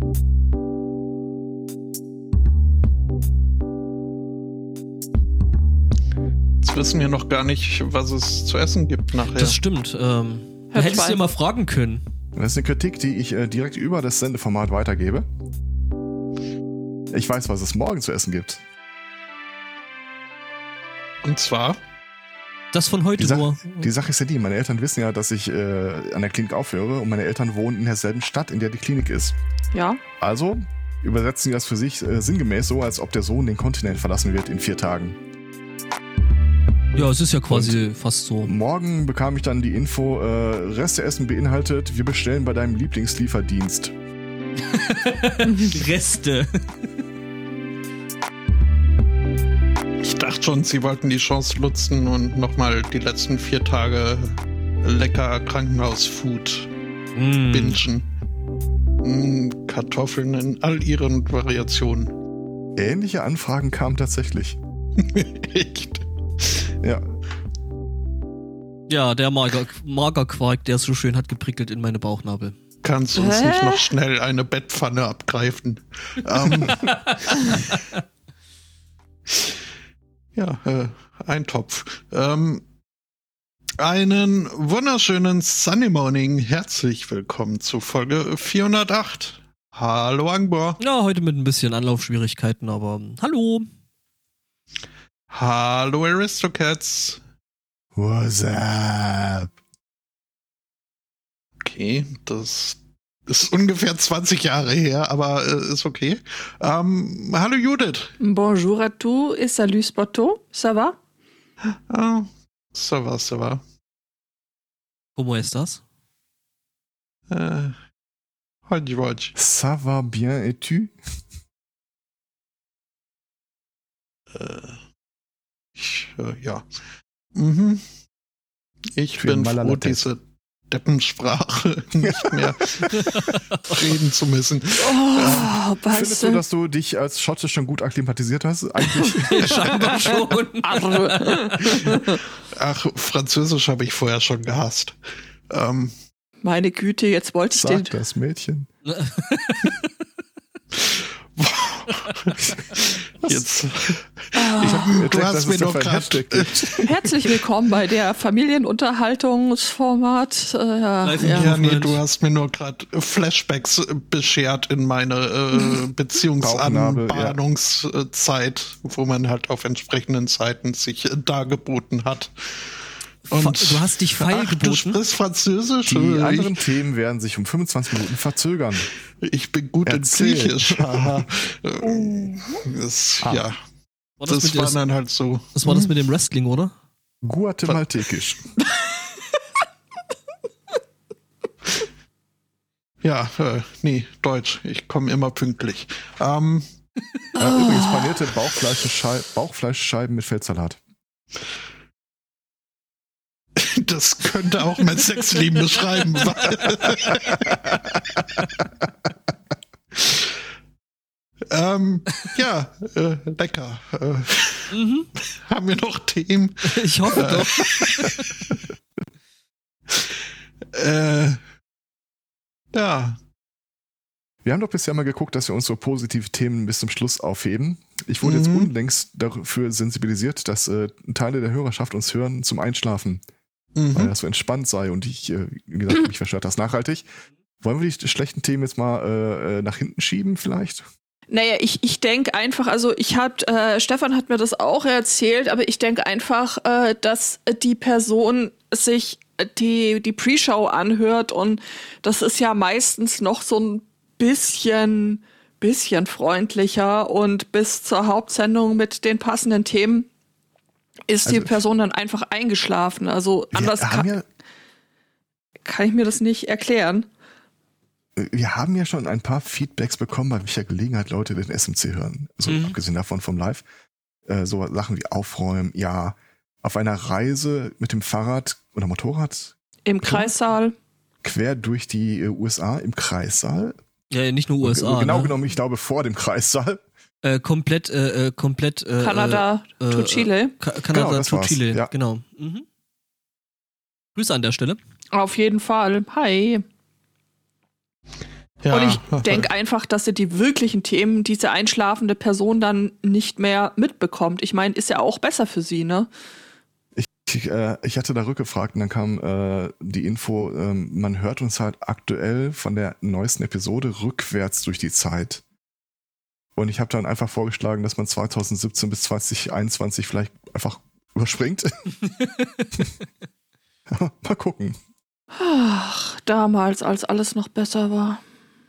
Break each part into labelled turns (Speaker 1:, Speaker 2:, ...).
Speaker 1: Jetzt wissen wir noch gar nicht, was es zu essen gibt nachher.
Speaker 2: Das stimmt. Du hättest dir mal fragen können.
Speaker 3: Das ist eine Kritik, die ich direkt über das Sendeformat weitergebe. Ich weiß, was es morgen zu essen gibt.
Speaker 1: Und zwar?
Speaker 2: Das von heute nur.
Speaker 3: Die Sache ist ja die, meine Eltern wissen ja, dass ich an der Klinik aufhöre und meine Eltern wohnen in derselben Stadt, in der die Klinik ist.
Speaker 4: Ja.
Speaker 3: Also übersetzen sie das für sich sinngemäß so, als ob der Sohn den Kontinent verlassen wird in 4 Tagen.
Speaker 2: Ja, es ist ja quasi fast so.
Speaker 3: Morgen bekam ich dann die Info, Resteessen beinhaltet, wir bestellen bei deinem Lieblingslieferdienst.
Speaker 2: Reste.
Speaker 1: Ich dachte schon, sie wollten die Chance nutzen und nochmal die letzten 4 Tage lecker Krankenhausfood bingen. Kartoffeln in all ihren Variationen.
Speaker 3: Ähnliche Anfragen kamen tatsächlich.
Speaker 1: Echt?
Speaker 3: Ja.
Speaker 2: Ja, der Magerquark, der so schön hat geprickelt in meine Bauchnabel.
Speaker 1: Kannst du uns nicht noch schnell eine Bettpfanne abgreifen? Ja, ein Topf. Einen wunderschönen Sunday Morning. Herzlich willkommen zu Folge 408. Hallo Angbor.
Speaker 2: Ja, heute mit ein bisschen Anlaufschwierigkeiten, aber hallo.
Speaker 1: Hallo Aristocats.
Speaker 3: What's up?
Speaker 1: Okay, das ist ungefähr 20 Jahre her, aber ist okay. Hallo Judith.
Speaker 4: Bonjour à tous et salut Spotto. Ça va?
Speaker 1: Ah, ça va, ça va.
Speaker 2: Como estas?
Speaker 1: Hodj.
Speaker 3: Ça va bien et tu?
Speaker 1: Ja. Mhm. Ich bin froh, diese Deppensprache nicht mehr reden zu müssen.
Speaker 4: Oh,
Speaker 3: Findest du, dass du dich als Schotte schon gut akklimatisiert hast? Eigentlich?
Speaker 2: Scheinbar schon.
Speaker 1: Ach, Französisch habe ich vorher schon gehasst.
Speaker 4: Meine Güte, jetzt wollte ich
Speaker 3: Sagt das Mädchen.
Speaker 1: Jetzt.
Speaker 3: Du hast mir noch gerade.
Speaker 4: Herzlich willkommen bei der Familienunterhaltungsformat.
Speaker 1: Du hast mir nur gerade Flashbacks beschert in meine Beziehungsanbahnungszeit, wo man halt auf entsprechenden Zeiten sich dargeboten hat. Und
Speaker 2: du hast dich feilgeboten.
Speaker 1: Du sprichst Französisch.
Speaker 3: Die anderen Themen werden sich um 25 Minuten verzögern.
Speaker 1: Ich bin gut in Griechisch. Ja. Das war dann halt so.
Speaker 2: Was war das mit dem Wrestling, oder?
Speaker 3: Guatemaltekisch.
Speaker 1: Ja, nee, Deutsch. Ich komme immer pünktlich.
Speaker 3: Übrigens panierte Bauchfleischscheiben mit Feldsalat.
Speaker 1: Das könnte auch mein Sexleben beschreiben. Lecker. Haben wir noch Themen?
Speaker 2: Ich hoffe doch.
Speaker 3: Ja. Wir haben doch bisher mal geguckt, dass wir uns so positive Themen bis zum Schluss aufheben. Ich wurde jetzt unlängst dafür sensibilisiert, dass Teile der Hörerschaft uns hören zum Einschlafen. Weil das so entspannt sei und ich, wie gesagt, mich verstört das nachhaltig. Wollen wir die schlechten Themen jetzt mal nach hinten schieben vielleicht?
Speaker 4: Naja, ich denke einfach, also Stefan hat mir das auch erzählt, aber ich denke einfach, dass die Person sich die Pre-Show anhört und das ist ja meistens noch so ein bisschen freundlicher und bis zur Hauptsendung mit den passenden Themen ist die Person dann einfach eingeschlafen. Also anders kann ich mir das nicht erklären.
Speaker 3: Wir haben ja schon ein paar Feedbacks bekommen, bei welcher Gelegenheit Leute den SMC hören. Also abgesehen davon vom Live. So Sachen wie Aufräumen, ja. Auf einer Reise mit dem Fahrrad oder Motorrad.
Speaker 4: Im Kreissaal.
Speaker 3: Quer durch die USA im Kreissaal.
Speaker 2: Ja, nicht nur USA.
Speaker 3: Genau genommen, ich glaube, vor dem Kreissaal.
Speaker 2: Komplett
Speaker 4: Kanada to Chile.
Speaker 2: Kanada to Chile, ja. Genau. Grüße an der Stelle.
Speaker 4: Auf jeden Fall. Hi.
Speaker 1: Ja.
Speaker 4: Und ich denke einfach, dass sie die wirklichen Themen diese einschlafende Person dann nicht mehr mitbekommt. Ich meine, ist ja auch besser für sie, ne?
Speaker 3: Ich hatte da rückgefragt und dann kam die Info, man hört uns halt aktuell von der neuesten Episode rückwärts durch die Zeit. Und ich habe dann einfach vorgeschlagen, dass man 2017 bis 2021 vielleicht einfach überspringt. Mal gucken.
Speaker 4: Ach, damals, als alles noch besser war.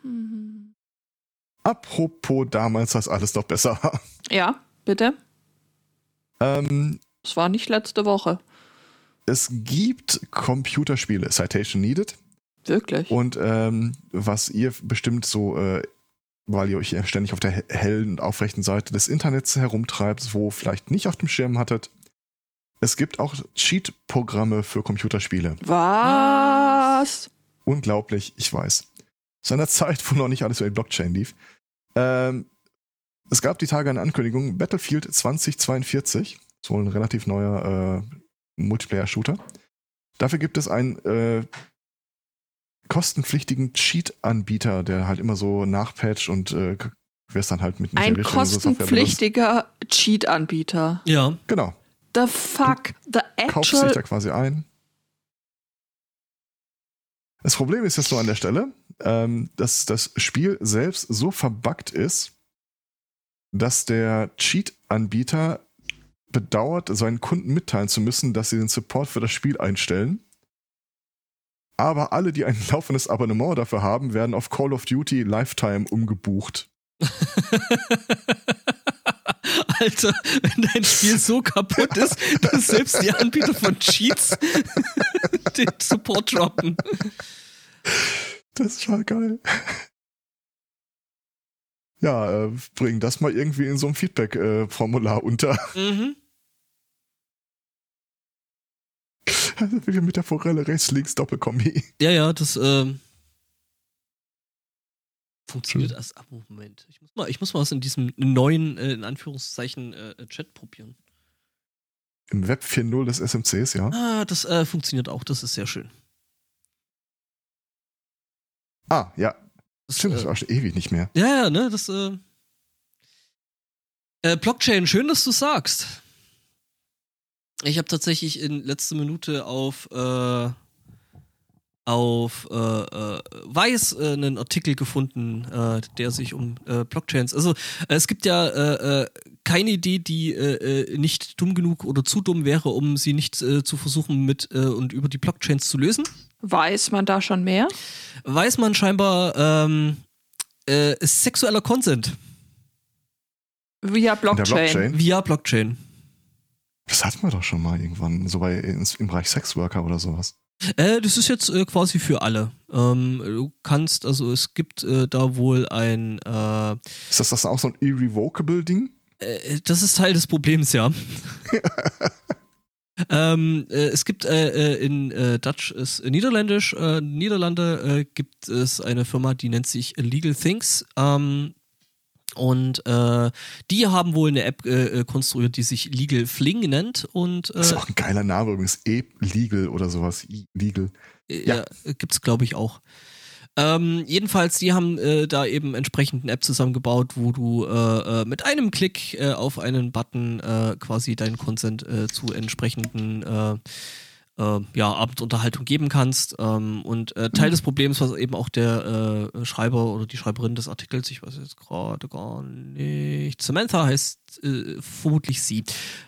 Speaker 3: Apropos damals, als alles noch besser war.
Speaker 4: Ja, bitte?
Speaker 3: Es
Speaker 4: war nicht letzte Woche.
Speaker 3: Es gibt Computerspiele, Citation Needed.
Speaker 4: Wirklich?
Speaker 3: Und was ihr bestimmt so, weil ihr euch ständig auf der hellen und aufrechten Seite des Internets herumtreibt, wo vielleicht nicht auf dem Schirm hattet, es gibt auch Cheat-Programme für Computerspiele.
Speaker 4: Was?
Speaker 3: Unglaublich, ich weiß. Zu einer Zeit, wo noch nicht alles über die Blockchain lief. Es gab die Tage eine Ankündigung, Battlefield 2042, so ein relativ neuer Multiplayer-Shooter. Dafür gibt es einen kostenpflichtigen Cheat-Anbieter, der halt immer so nachpatcht und wer es dann halt mit
Speaker 4: ein kostenpflichtiger Cheat-Anbieter.
Speaker 2: Ja.
Speaker 3: Genau.
Speaker 4: The fuck? The actual...
Speaker 3: Kaufst dich da quasi ein. Das Problem ist jetzt nur an der Stelle, dass das Spiel selbst so verbuggt ist, dass der Cheat-Anbieter bedauert, seinen Kunden mitteilen zu müssen, dass sie den Support für das Spiel einstellen. Aber alle, die ein laufendes Abonnement dafür haben, werden auf Call of Duty Lifetime umgebucht.
Speaker 2: Alter, wenn dein Spiel so kaputt ist, dass selbst die Anbieter von Cheats den Support droppen.
Speaker 3: Das ist schon geil. Ja, bring das mal irgendwie in so einem Feedback-Formular unter.
Speaker 2: Mhm.
Speaker 3: Also wieder mit der Forelle rechts, links, Doppelkombi.
Speaker 2: Ja, das funktioniert erst ab. Moment. Ich muss mal was in diesem neuen, in Anführungszeichen, Chat probieren.
Speaker 3: Im Web 4.0 des SMCs, ja.
Speaker 2: Ah, das funktioniert auch. Das ist sehr schön.
Speaker 3: Ah, ja. Stimmt, das war schon ewig nicht mehr.
Speaker 2: Ja, ne, das Blockchain, schön, dass du sagst. Ich habe tatsächlich in letzter Minute auf Weiß einen Artikel gefunden, der sich um Blockchains. Also es gibt ja keine Idee, die nicht dumm genug oder zu dumm wäre, um sie nicht zu versuchen mit und über die Blockchains zu lösen.
Speaker 4: Weiß man da schon mehr?
Speaker 2: Weiß man scheinbar sexueller Consent.
Speaker 4: Via Blockchain.
Speaker 2: Via Blockchain.
Speaker 3: Das hatten wir doch schon mal irgendwann, so im Bereich Sexworker oder sowas.
Speaker 2: Das ist jetzt quasi für alle. Du kannst, also es gibt da wohl ein...
Speaker 3: Ist das auch so ein irrevocable Ding?
Speaker 2: Das ist Teil des Problems, ja. Es gibt in Dutch ist Niederländisch, Niederlande gibt es eine Firma, die nennt sich Legal Things. Und die haben wohl eine App konstruiert, die sich Legal Fling nennt. Und,
Speaker 3: das ist auch ein geiler Name übrigens. E-Legal oder sowas. E-Legal.
Speaker 2: Ja, gibt's glaube ich auch. Jedenfalls, die haben da eben entsprechend eine App zusammengebaut, wo du mit einem Klick auf einen Button quasi deinen Consent zu entsprechenden Abendunterhaltung geben kannst. Und Teil des Problems, was eben auch der Schreiber oder die Schreiberin des Artikels, ich weiß jetzt gerade gar nicht, Samantha heißt vermutlich sie,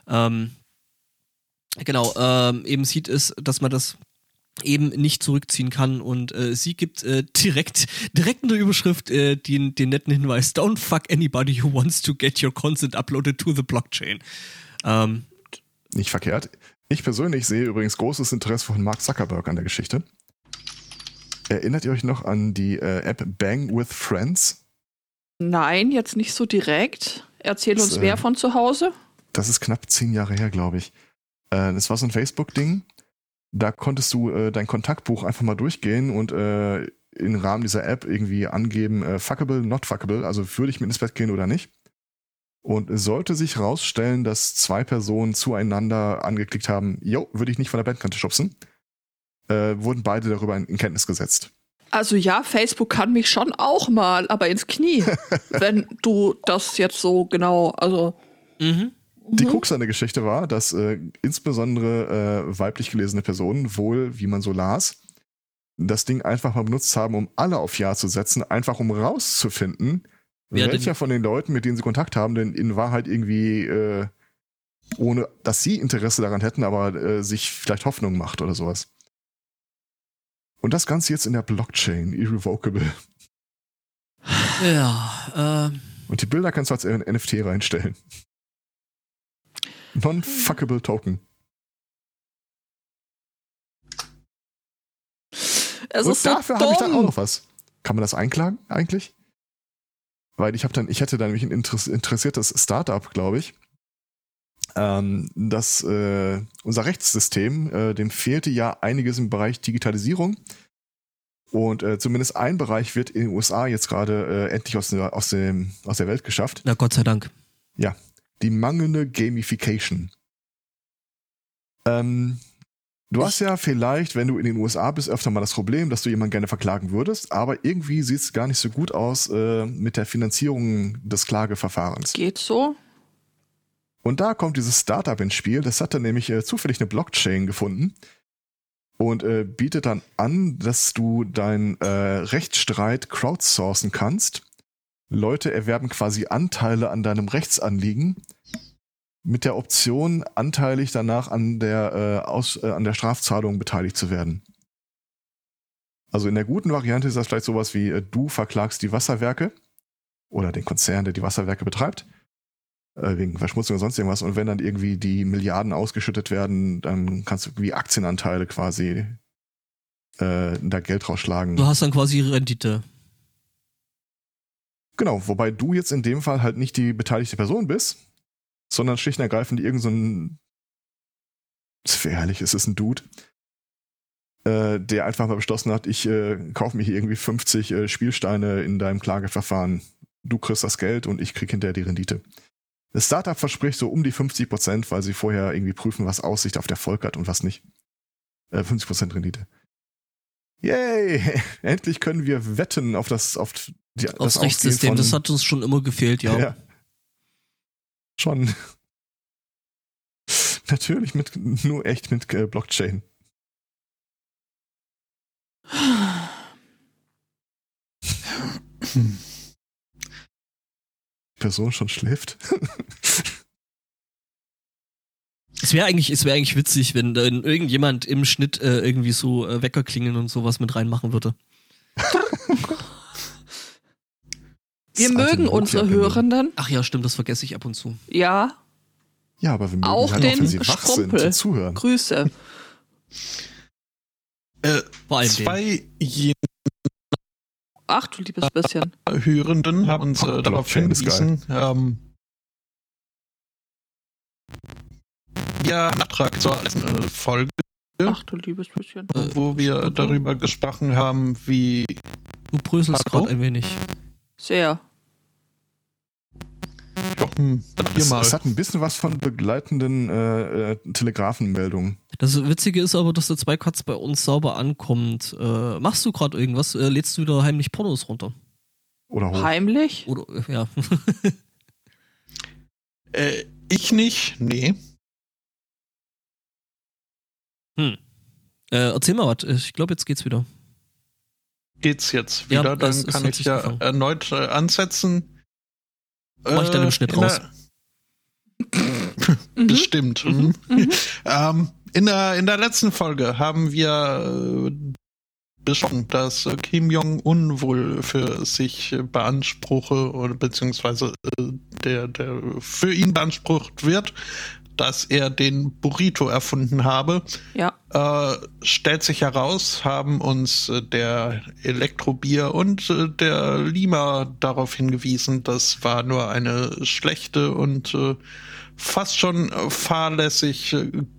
Speaker 2: eben sieht es, dass man das eben nicht zurückziehen kann und sie gibt direkt in der Überschrift den netten Hinweis: Don't fuck anybody who wants to get your consent uploaded to the blockchain.
Speaker 3: Nicht verkehrt. Ich persönlich sehe übrigens großes Interesse von Mark Zuckerberg an der Geschichte. Erinnert ihr euch noch an die App Bang with Friends?
Speaker 4: Nein, jetzt nicht so direkt. Erzähl uns mehr von zu Hause.
Speaker 3: Das ist knapp 10 Jahre her, glaube ich. Das war so ein Facebook-Ding. Da konntest du dein Kontaktbuch einfach mal durchgehen und im Rahmen dieser App irgendwie angeben, fuckable, not fuckable, also würde ich mit ins Bett gehen oder nicht. Und es sollte sich rausstellen, dass 2 Personen zueinander angeklickt haben, jo, würde ich nicht von der Bettkante schubsen, wurden beide darüber in Kenntnis gesetzt.
Speaker 4: Also ja, Facebook kann mich schon auch mal, aber ins Knie, wenn du das jetzt so genau, also...
Speaker 3: Die Krux an der Geschichte war, dass insbesondere weiblich gelesene Personen wohl, wie man so las, das Ding einfach mal benutzt haben, um alle auf Ja zu setzen, einfach um rauszufinden, welcher von den Leuten, mit denen sie Kontakt haben, denn in Wahrheit irgendwie, ohne dass sie Interesse daran hätten, aber sich vielleicht Hoffnung macht oder sowas. Und das Ganze jetzt in der Blockchain, irrevocable.
Speaker 2: Ja,
Speaker 3: Und die Bilder kannst du als NFT reinstellen. Non-fuckable Token.
Speaker 4: Es
Speaker 3: Und
Speaker 4: ist so
Speaker 3: dafür habe ich dann auch
Speaker 4: dumm.
Speaker 3: noch was. Kann man das einklagen eigentlich? Weil ich hatte da nämlich ein interessiertes Startup, glaube ich. Unser Rechtssystem, dem fehlte ja einiges im Bereich Digitalisierung. Und zumindest ein Bereich wird in den USA jetzt gerade endlich aus der Welt geschafft.
Speaker 2: na Gott sei Dank.
Speaker 3: Ja, die mangelnde Gamification. Du hast ja vielleicht, wenn du in den USA bist, öfter mal das Problem, dass du jemanden gerne verklagen würdest, aber irgendwie sieht es gar nicht so gut aus mit der Finanzierung des Klageverfahrens.
Speaker 4: Geht so?
Speaker 3: Und da kommt dieses Startup ins Spiel, das hat dann nämlich zufällig eine Blockchain gefunden und bietet dann an, dass du deinen Rechtsstreit crowdsourcen kannst. Leute erwerben quasi Anteile an deinem Rechtsanliegen mit der Option, anteilig danach an der Strafzahlung beteiligt zu werden. Also in der guten Variante ist das vielleicht sowas wie, du verklagst die Wasserwerke oder den Konzern, der die Wasserwerke betreibt, wegen Verschmutzung oder sonst irgendwas. Und wenn dann irgendwie die Milliarden ausgeschüttet werden, dann kannst du irgendwie Aktienanteile quasi da Geld rausschlagen.
Speaker 2: Du hast dann quasi Rendite.
Speaker 3: Genau, wobei du jetzt in dem Fall halt nicht die beteiligte Person bist, sondern schlicht und ergreifend irgend so ein, es ist ein Dude, der einfach mal beschlossen hat, ich kaufe mir hier irgendwie 50 Spielsteine in deinem Klageverfahren. Du kriegst das Geld und ich krieg hinterher die Rendite. Das Startup verspricht so um die 50%, weil sie vorher irgendwie prüfen, was Aussicht auf Erfolg hat und was nicht. 50% Rendite. Yay! Endlich können wir wetten auf das
Speaker 2: Rechtssystem, das hat uns schon immer gefehlt, ja.
Speaker 3: Schon. Natürlich nur echt mit Blockchain. Die Person schon schläft.
Speaker 2: Es wäre eigentlich witzig, wenn dann irgendjemand im Schnitt irgendwie so Wecker klingeln und sowas mit reinmachen würde.
Speaker 4: Wir mögen unsere Hörenden.
Speaker 2: Ach ja, stimmt, das vergesse ich ab und zu.
Speaker 4: Ja.
Speaker 3: Ja, aber wir mögen
Speaker 4: auch
Speaker 3: halt
Speaker 4: den
Speaker 3: auch, wenn sie wach sind
Speaker 4: Strumpel.
Speaker 3: und zuhören.
Speaker 4: Grüße.
Speaker 2: Vor allem
Speaker 1: Zwei
Speaker 4: Ach du liebes bisschen.
Speaker 1: Hörenden haben uns darauf
Speaker 3: Blockchain ist
Speaker 1: hingewiesen, ja, Nachtrag zur letzten Folge,
Speaker 4: Ach du liebes bisschen.
Speaker 1: wo wir darüber gesprochen haben, wie
Speaker 2: Du bröselst
Speaker 1: Hallo?
Speaker 2: gerade ein wenig.
Speaker 4: Sehr.
Speaker 1: Jochen, hier mal.
Speaker 3: Es hat ein bisschen was von begleitenden Telegrafenmeldungen.
Speaker 2: Das Witzige ist aber, dass der Zweikatz bei uns sauber ankommt. Machst du gerade irgendwas? Lädst du wieder heimlich Pornos runter?
Speaker 3: Oder hoch.
Speaker 4: Heimlich?
Speaker 2: Oder, ja.
Speaker 1: Ich nicht, nee.
Speaker 2: Erzähl mal was. Ich glaube, jetzt geht's wieder.
Speaker 1: Geht's jetzt
Speaker 2: Ja,
Speaker 1: wieder, dann
Speaker 2: es
Speaker 1: kann
Speaker 2: hat
Speaker 1: ich
Speaker 2: sich
Speaker 1: ja
Speaker 2: gefangen.
Speaker 1: erneut ansetzen.
Speaker 2: Mach ich dann im Schnitt raus.
Speaker 1: Bestimmt. In der letzten Folge haben wir besprochen, dass Kim Jong-un wohl für sich beanspruche oder beziehungsweise der für ihn beansprucht wird, dass er den Burrito erfunden habe.
Speaker 4: Ja.
Speaker 1: Stellt sich heraus, haben uns der Elektrobier und der Lima darauf hingewiesen, das war nur eine schlechte und fast schon fahrlässig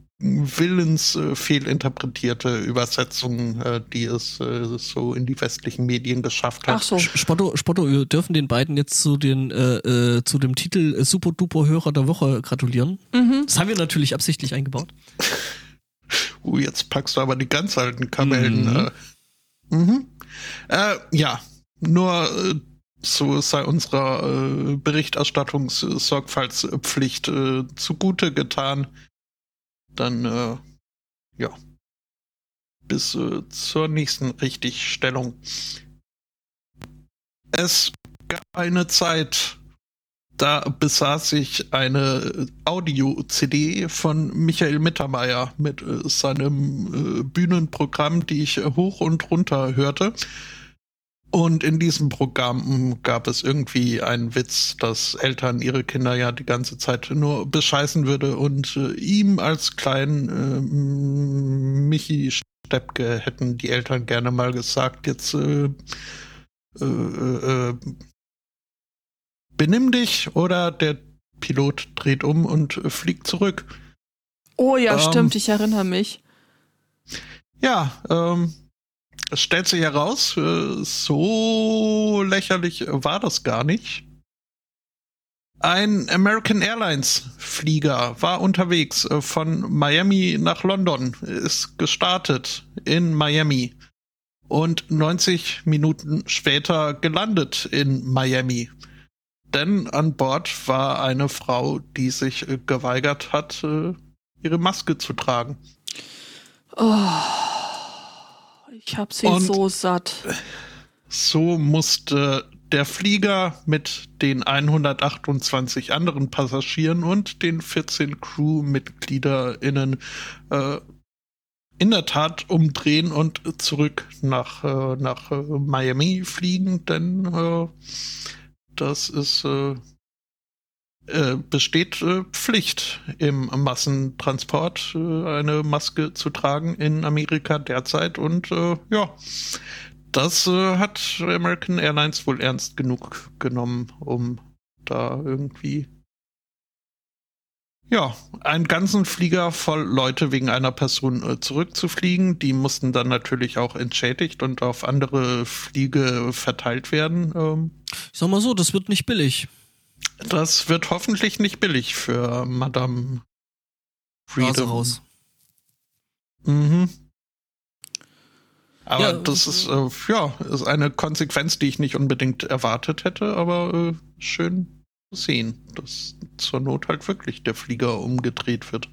Speaker 1: willensfehlinterpretierte Übersetzung, die es so in die westlichen Medien geschafft hat.
Speaker 4: Ach so.
Speaker 2: Spotto, wir dürfen den beiden jetzt zu dem Titel Super Duper Hörer der Woche gratulieren. Das haben wir natürlich absichtlich eingebaut.
Speaker 1: Jetzt packst du aber die ganz alten Kamellen. Ja, nur so sei unserer Berichterstattungssorgfaltspflicht zugute getan. Dann, ja, bis zur nächsten Richtigstellung. Es gab eine Zeit, da besaß ich eine Audio-CD von Michael Mittermeier mit seinem Bühnenprogramm, die ich hoch und runter hörte. Und in diesem Programm gab es irgendwie einen Witz, dass Eltern ihre Kinder ja die ganze Zeit nur bescheißen würde und ihm als kleinen Michi Steppke hätten die Eltern gerne mal gesagt, jetzt benimm dich oder der Pilot dreht um und fliegt zurück.
Speaker 4: Oh ja, stimmt, ich erinnere mich.
Speaker 1: Ja, es stellt sich heraus, so lächerlich war das gar nicht. Ein American Airlines Flieger war unterwegs von Miami nach London, ist gestartet in Miami und 90 Minuten später gelandet in Miami. Denn an Bord war eine Frau, die sich geweigert hat, ihre Maske zu tragen.
Speaker 4: Oh, ich hab sie so satt.
Speaker 1: So musste der Flieger mit den 128 anderen Passagieren und den 14 CrewmitgliederInnen in der Tat umdrehen und zurück nach Miami fliegen, denn das ist besteht Pflicht im Massentransport, eine Maske zu tragen in Amerika derzeit und ja, das hat American Airlines wohl ernst genug genommen, um da irgendwie einen ganzen Flieger voll Leute wegen einer Person zurückzufliegen. Die mussten dann natürlich auch entschädigt und auf andere Fliege verteilt werden.
Speaker 2: Ich sag mal so, das wird nicht billig.
Speaker 1: Das wird hoffentlich nicht billig für Madame Freedom.
Speaker 2: Raus.
Speaker 1: Mhm. Aber
Speaker 2: ja,
Speaker 1: das ist ist eine Konsequenz, die ich nicht unbedingt erwartet hätte, aber schön zu sehen, dass zur Not halt wirklich der Flieger umgedreht wird.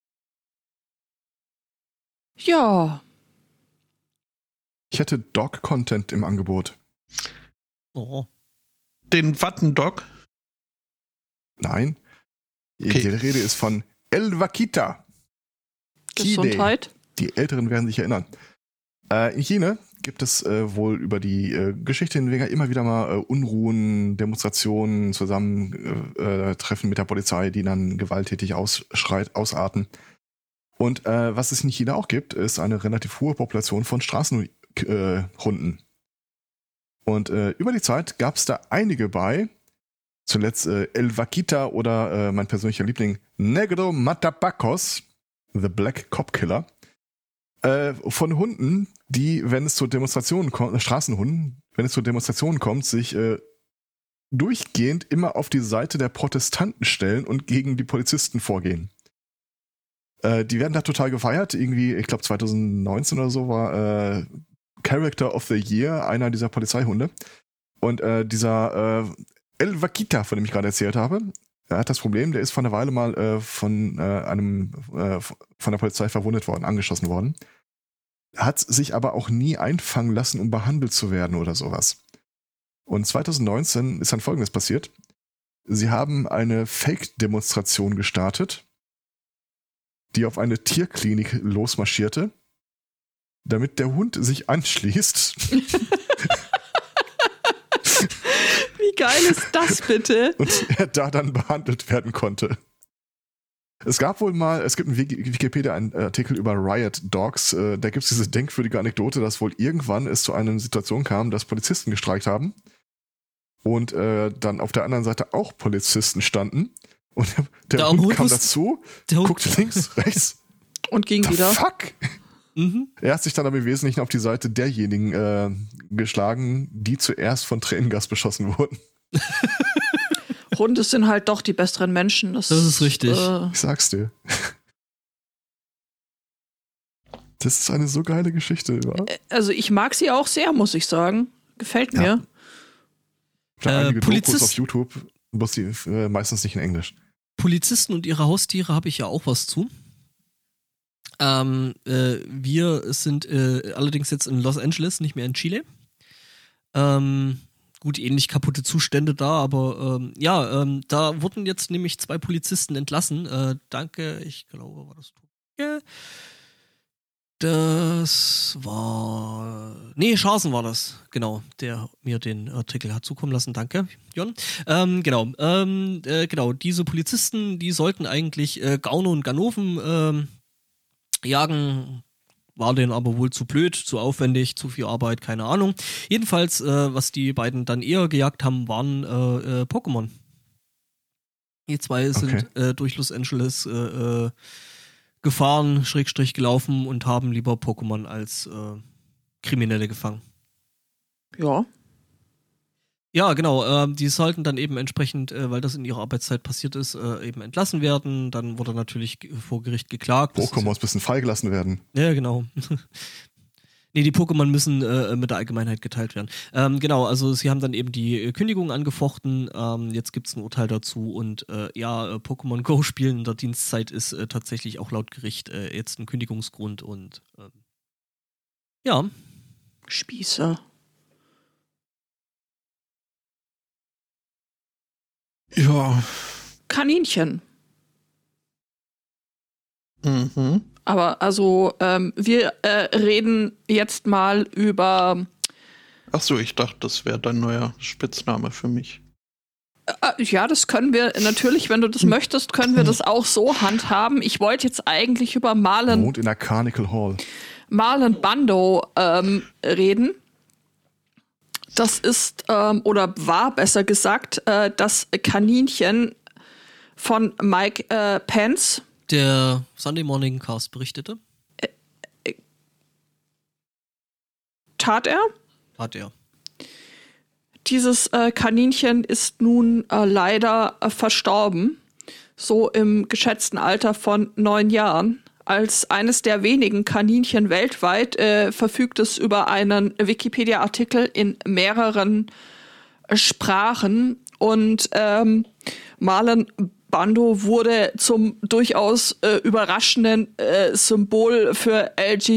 Speaker 4: Ja.
Speaker 3: Ich hätte Dog-Content im Angebot.
Speaker 2: Oh.
Speaker 1: Den Wattendog?
Speaker 3: Nein.
Speaker 1: Okay.
Speaker 3: Die Rede ist von El Vaquita.
Speaker 4: Gesundheit.
Speaker 3: Die Älteren werden sich erinnern. In China gibt es wohl über die Geschichte hinweg immer wieder mal Unruhen, Demonstrationen, Zusammentreffen mit der Polizei, die dann gewalttätig ausarten. Und was es in China auch gibt, ist eine relativ hohe Population von Straßenhunden. Und über die Zeit gab es da einige bei, zuletzt El Vaquita oder mein persönlicher Liebling Negro Matapacos, The Black Cop Killer, von Hunden, die, wenn es zu Demonstrationen kommt, Straßenhunden, wenn es zu Demonstrationen kommt, sich durchgehend immer auf die Seite der Protestanten stellen und gegen die Polizisten vorgehen. Die werden da total gefeiert. Irgendwie, ich glaube 2019 oder so war Character of the Year einer dieser Polizeihunde. Und dieser El Vaquita, von dem ich gerade erzählt habe, er hat das Problem, der ist vor einer Weile mal von der Polizei verwundet worden, angeschossen worden. Hat sich aber auch nie einfangen lassen, um behandelt zu werden oder sowas. Und 2019 ist dann Folgendes passiert. Sie haben eine Fake-Demonstration gestartet, die auf eine Tierklinik losmarschierte, damit der Hund sich anschließt.
Speaker 4: Wie geil ist das bitte?
Speaker 3: Und er da dann behandelt werden konnte. Es gibt einen Wikipedia-Artikel über Riot Dogs, da gibt es diese denkwürdige Anekdote, dass wohl irgendwann es zu einer Situation kam, dass Polizisten gestreikt haben und dann auf der anderen Seite auch Polizisten standen und der Hund kam dazu, guckte links, rechts
Speaker 4: und ging wieder.
Speaker 3: Fuck! Mhm. Er hat sich dann aber im Wesentlichen auf die Seite derjenigen geschlagen, die zuerst von Tränengas beschossen wurden.
Speaker 4: Hunde sind halt doch die besseren Menschen. Das
Speaker 2: ist richtig.
Speaker 3: Ich sag's dir. Das ist eine so geile Geschichte. Ja?
Speaker 4: Also ich mag sie auch sehr, muss ich sagen. Gefällt mir.
Speaker 3: Ja. Einige Dokus
Speaker 2: Polizist-
Speaker 3: auf YouTube, bloß die meistens nicht in Englisch.
Speaker 2: Polizisten und ihre Haustiere habe ich ja auch was zu. Wir sind allerdings jetzt in Los Angeles, nicht mehr in Chile. Gut, ähnlich kaputte Zustände da, aber da wurden jetzt nämlich 2 Polizisten entlassen. Danke, ich glaube, war das Tobias? Das war... Nee, Scharsen war das, genau, der mir den Artikel hat zukommen lassen. Danke, Jon. Genau, diese Polizisten, die sollten eigentlich Gauner und Ganoven jagen, war denen aber wohl zu blöd, zu aufwendig, zu viel Arbeit, keine Ahnung. Jedenfalls, was die beiden dann eher gejagt haben, waren Pokémon. Die 2 sind durch Los Angeles gefahren, / gelaufen und haben lieber Pokémon als Kriminelle gefangen.
Speaker 4: Ja.
Speaker 2: Ja, genau. Die sollten dann eben entsprechend, weil das in ihrer Arbeitszeit passiert ist, eben entlassen werden. Dann wurde natürlich vor Gericht geklagt.
Speaker 3: Pokémons müssen freigelassen werden.
Speaker 2: Ja, genau. Nee, die Pokémon müssen mit der Allgemeinheit geteilt werden. Genau, also sie haben dann eben die Kündigung angefochten. Jetzt gibt es ein Urteil dazu. Und Pokémon Go spielen in der Dienstzeit ist tatsächlich auch laut Gericht jetzt ein Kündigungsgrund. Und ja.
Speaker 4: Spießer.
Speaker 1: Ja.
Speaker 4: Kaninchen.
Speaker 1: Mhm.
Speaker 4: Aber also, wir reden jetzt mal über...
Speaker 1: Ach so, ich dachte, das wäre dein neuer Spitzname für mich.
Speaker 4: Ja, das können wir natürlich, wenn du das möchtest, können wir das auch so handhaben. Ich wollte jetzt eigentlich über
Speaker 3: Wohnt in der Carnival Hall.
Speaker 4: Marlon Brando reden. Das ist, oder war besser gesagt, das Kaninchen von Mike Pence.
Speaker 2: Der Sunday Morning Cast berichtete.
Speaker 4: Tat er?
Speaker 2: Hat er.
Speaker 4: Dieses Kaninchen ist nun leider verstorben. So im geschätzten Alter von 9 Jahren. Als eines der wenigen Kaninchen weltweit verfügt es über einen Wikipedia-Artikel in mehreren Sprachen. Und Marlon Brando wurde zum durchaus überraschenden Symbol für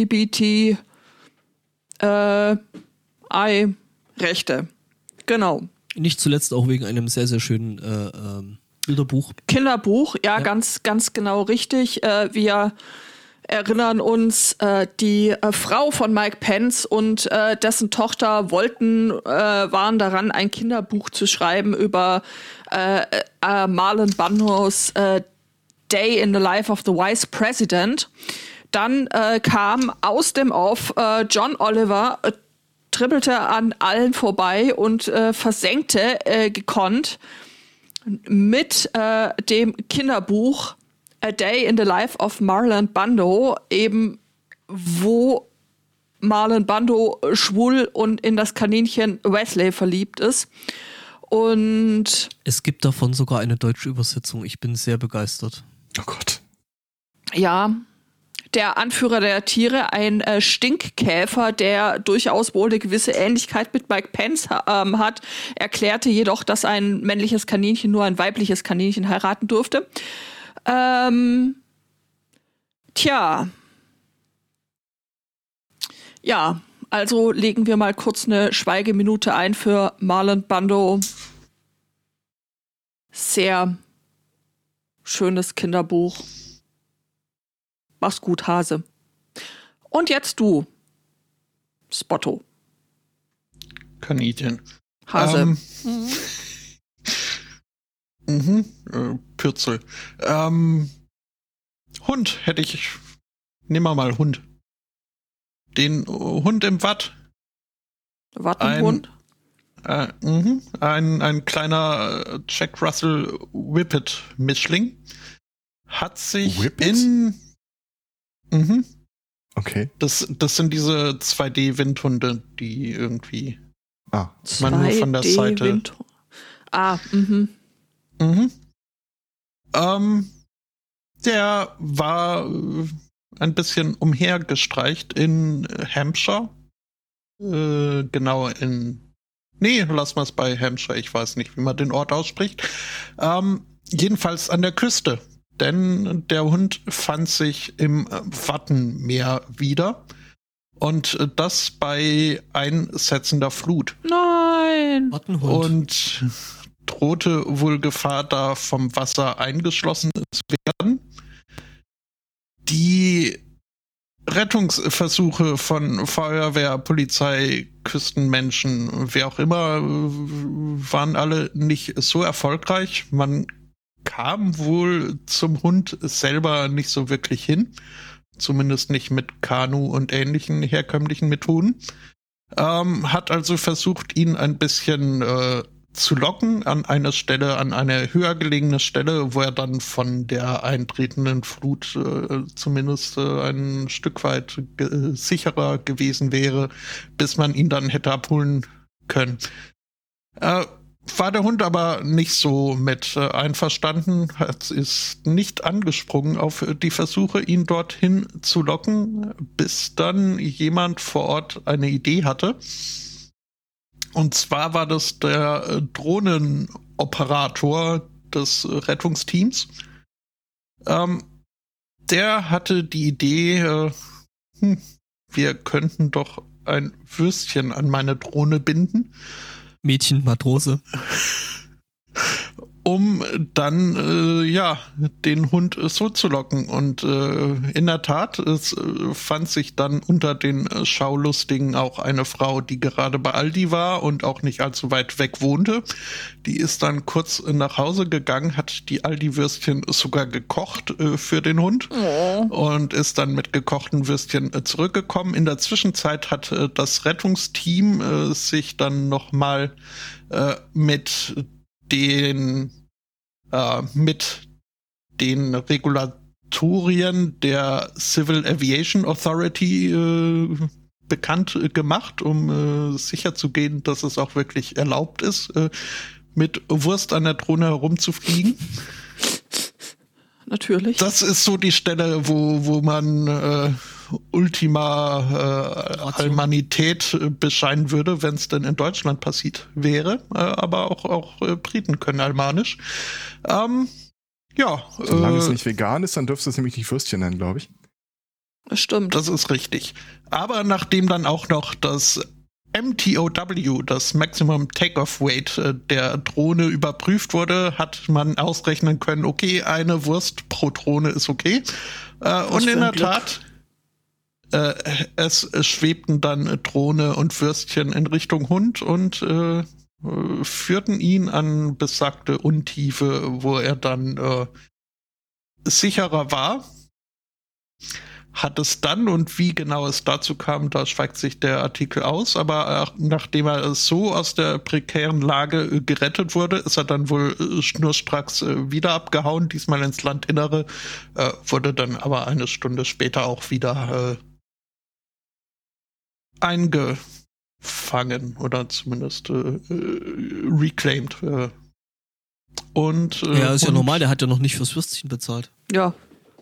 Speaker 4: LGBTI-Rechte. Genau.
Speaker 2: Nicht zuletzt auch wegen einem sehr, sehr schönen Bilderbuch.
Speaker 4: Kinderbuch, ja, ganz, ganz genau richtig. Wir erinnern uns, die Frau von Mike Pence und dessen Tochter waren daran, ein Kinderbuch zu schreiben über Marlon Brandos Day in the Life of the Vice President. Dann kam aus dem Off John Oliver, trippelte an allen vorbei und versenkte gekonnt mit dem Kinderbuch A Day in the Life of Marlon Brando, eben wo Marlon Brando schwul und in das Kaninchen Wesley verliebt ist. Und
Speaker 2: es gibt davon sogar eine deutsche Übersetzung. Ich bin sehr begeistert.
Speaker 3: Oh Gott.
Speaker 4: Ja, der Anführer der Tiere, ein Stinkkäfer, der durchaus wohl eine gewisse Ähnlichkeit mit Mike Pence hat, erklärte jedoch, dass ein männliches Kaninchen nur ein weibliches Kaninchen heiraten durfte. Ja, also legen wir mal kurz eine Schweigeminute ein für Marlon Brando. Sehr schönes Kinderbuch. Mach's gut, Hase. Und jetzt du, Spotto.
Speaker 1: Kaninchen.
Speaker 4: Hase.
Speaker 1: Pürzel. Hund hätte ich. Nehmen wir mal Hund. Den Hund im Watt.
Speaker 4: Wattenhund?
Speaker 1: Ein kleiner Jack Russell Whippet Mischling hat sich
Speaker 3: Whippet? Okay.
Speaker 1: Das sind diese 2D-Windhunde, die irgendwie
Speaker 3: Ah.
Speaker 1: man nur von der Seite. Der war ein bisschen umhergestreicht in Hampshire. Lass mal es bei Hampshire, ich weiß nicht, wie man den Ort ausspricht. Jedenfalls an der Küste, denn der Hund fand sich im Wattenmeer wieder und das bei einsetzender Flut.
Speaker 4: Nein!
Speaker 2: Wattenhund.
Speaker 1: Und drohte wohl Gefahr, da vom Wasser eingeschlossen zu werden. Die Rettungsversuche von Feuerwehr, Polizei, Küstenmenschen, wer auch immer, waren alle nicht so erfolgreich. Man kam wohl zum Hund selber nicht so wirklich hin. Zumindest nicht mit Kanu und ähnlichen herkömmlichen Methoden. Hat also versucht, ihn ein bisschen zu locken an eine höher gelegene Stelle, wo er dann von der eintretenden Flut zumindest ein Stück weit sicherer gewesen wäre, bis man ihn dann hätte abholen können. War der Hund aber nicht so mit einverstanden, ist nicht angesprungen auf die Versuche, ihn dorthin zu locken, bis dann jemand vor Ort eine Idee hatte. Und zwar war das der Drohnenoperator des Rettungsteams. Der hatte die Idee, wir könnten doch ein Würstchen an meine Drohne binden.
Speaker 2: Mädchen, Matrose.
Speaker 1: Um dann den Hund so zu locken. Und in der Tat, es fand sich dann unter den Schaulustigen auch eine Frau, die gerade bei Aldi war und auch nicht allzu weit weg wohnte. Die ist dann kurz nach Hause gegangen, hat die Aldi-Würstchen sogar gekocht für den Hund und ist dann mit gekochten Würstchen zurückgekommen. In der Zwischenzeit hat das Rettungsteam sich dann nochmal mit den Regulatorien der Civil Aviation Authority bekannt gemacht, um sicherzugehen, dass es auch wirklich erlaubt ist, mit Wurst an der Drohne herumzufliegen.
Speaker 4: Natürlich.
Speaker 1: Das ist so die Stelle, wo man Ultima Almanität bescheinen würde, wenn es denn in Deutschland passiert wäre. Aber auch Briten können Almanisch.
Speaker 3: Solange es nicht vegan ist, dann dürfst du es nämlich nicht Würstchen nennen, glaube ich.
Speaker 4: Das stimmt.
Speaker 1: Das ist richtig. Aber nachdem dann auch noch das MTOW, das Maximum Takeoff Weight der Drohne überprüft wurde, hat man ausrechnen können, okay, eine Wurst pro Drohne ist okay. Und in der Tat, es schwebten dann Drohne und Würstchen in Richtung Hund und führten ihn an besagte Untiefe, wo er dann sicherer war. Hat es dann, und wie genau es dazu kam, da schweigt sich der Artikel aus, aber nachdem er so aus der prekären Lage gerettet wurde, ist er dann wohl schnurstracks wieder abgehauen, diesmal ins Landinnere, wurde dann aber eine Stunde später auch wieder eingefangen oder zumindest reclaimed.
Speaker 2: Ist ja normal, der hat ja noch nicht fürs Würstchen bezahlt.
Speaker 4: Ja.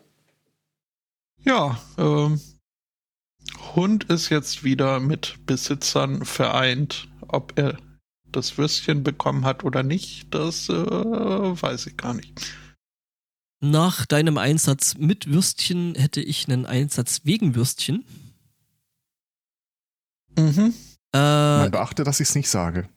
Speaker 1: Ja, Hund ist jetzt wieder mit Besitzern vereint. Ob er das Würstchen bekommen hat oder nicht, das weiß ich gar nicht.
Speaker 2: Nach deinem Einsatz mit Würstchen hätte ich einen Einsatz wegen Würstchen.
Speaker 1: Mhm.
Speaker 3: Man beachte, dass ich es nicht sage.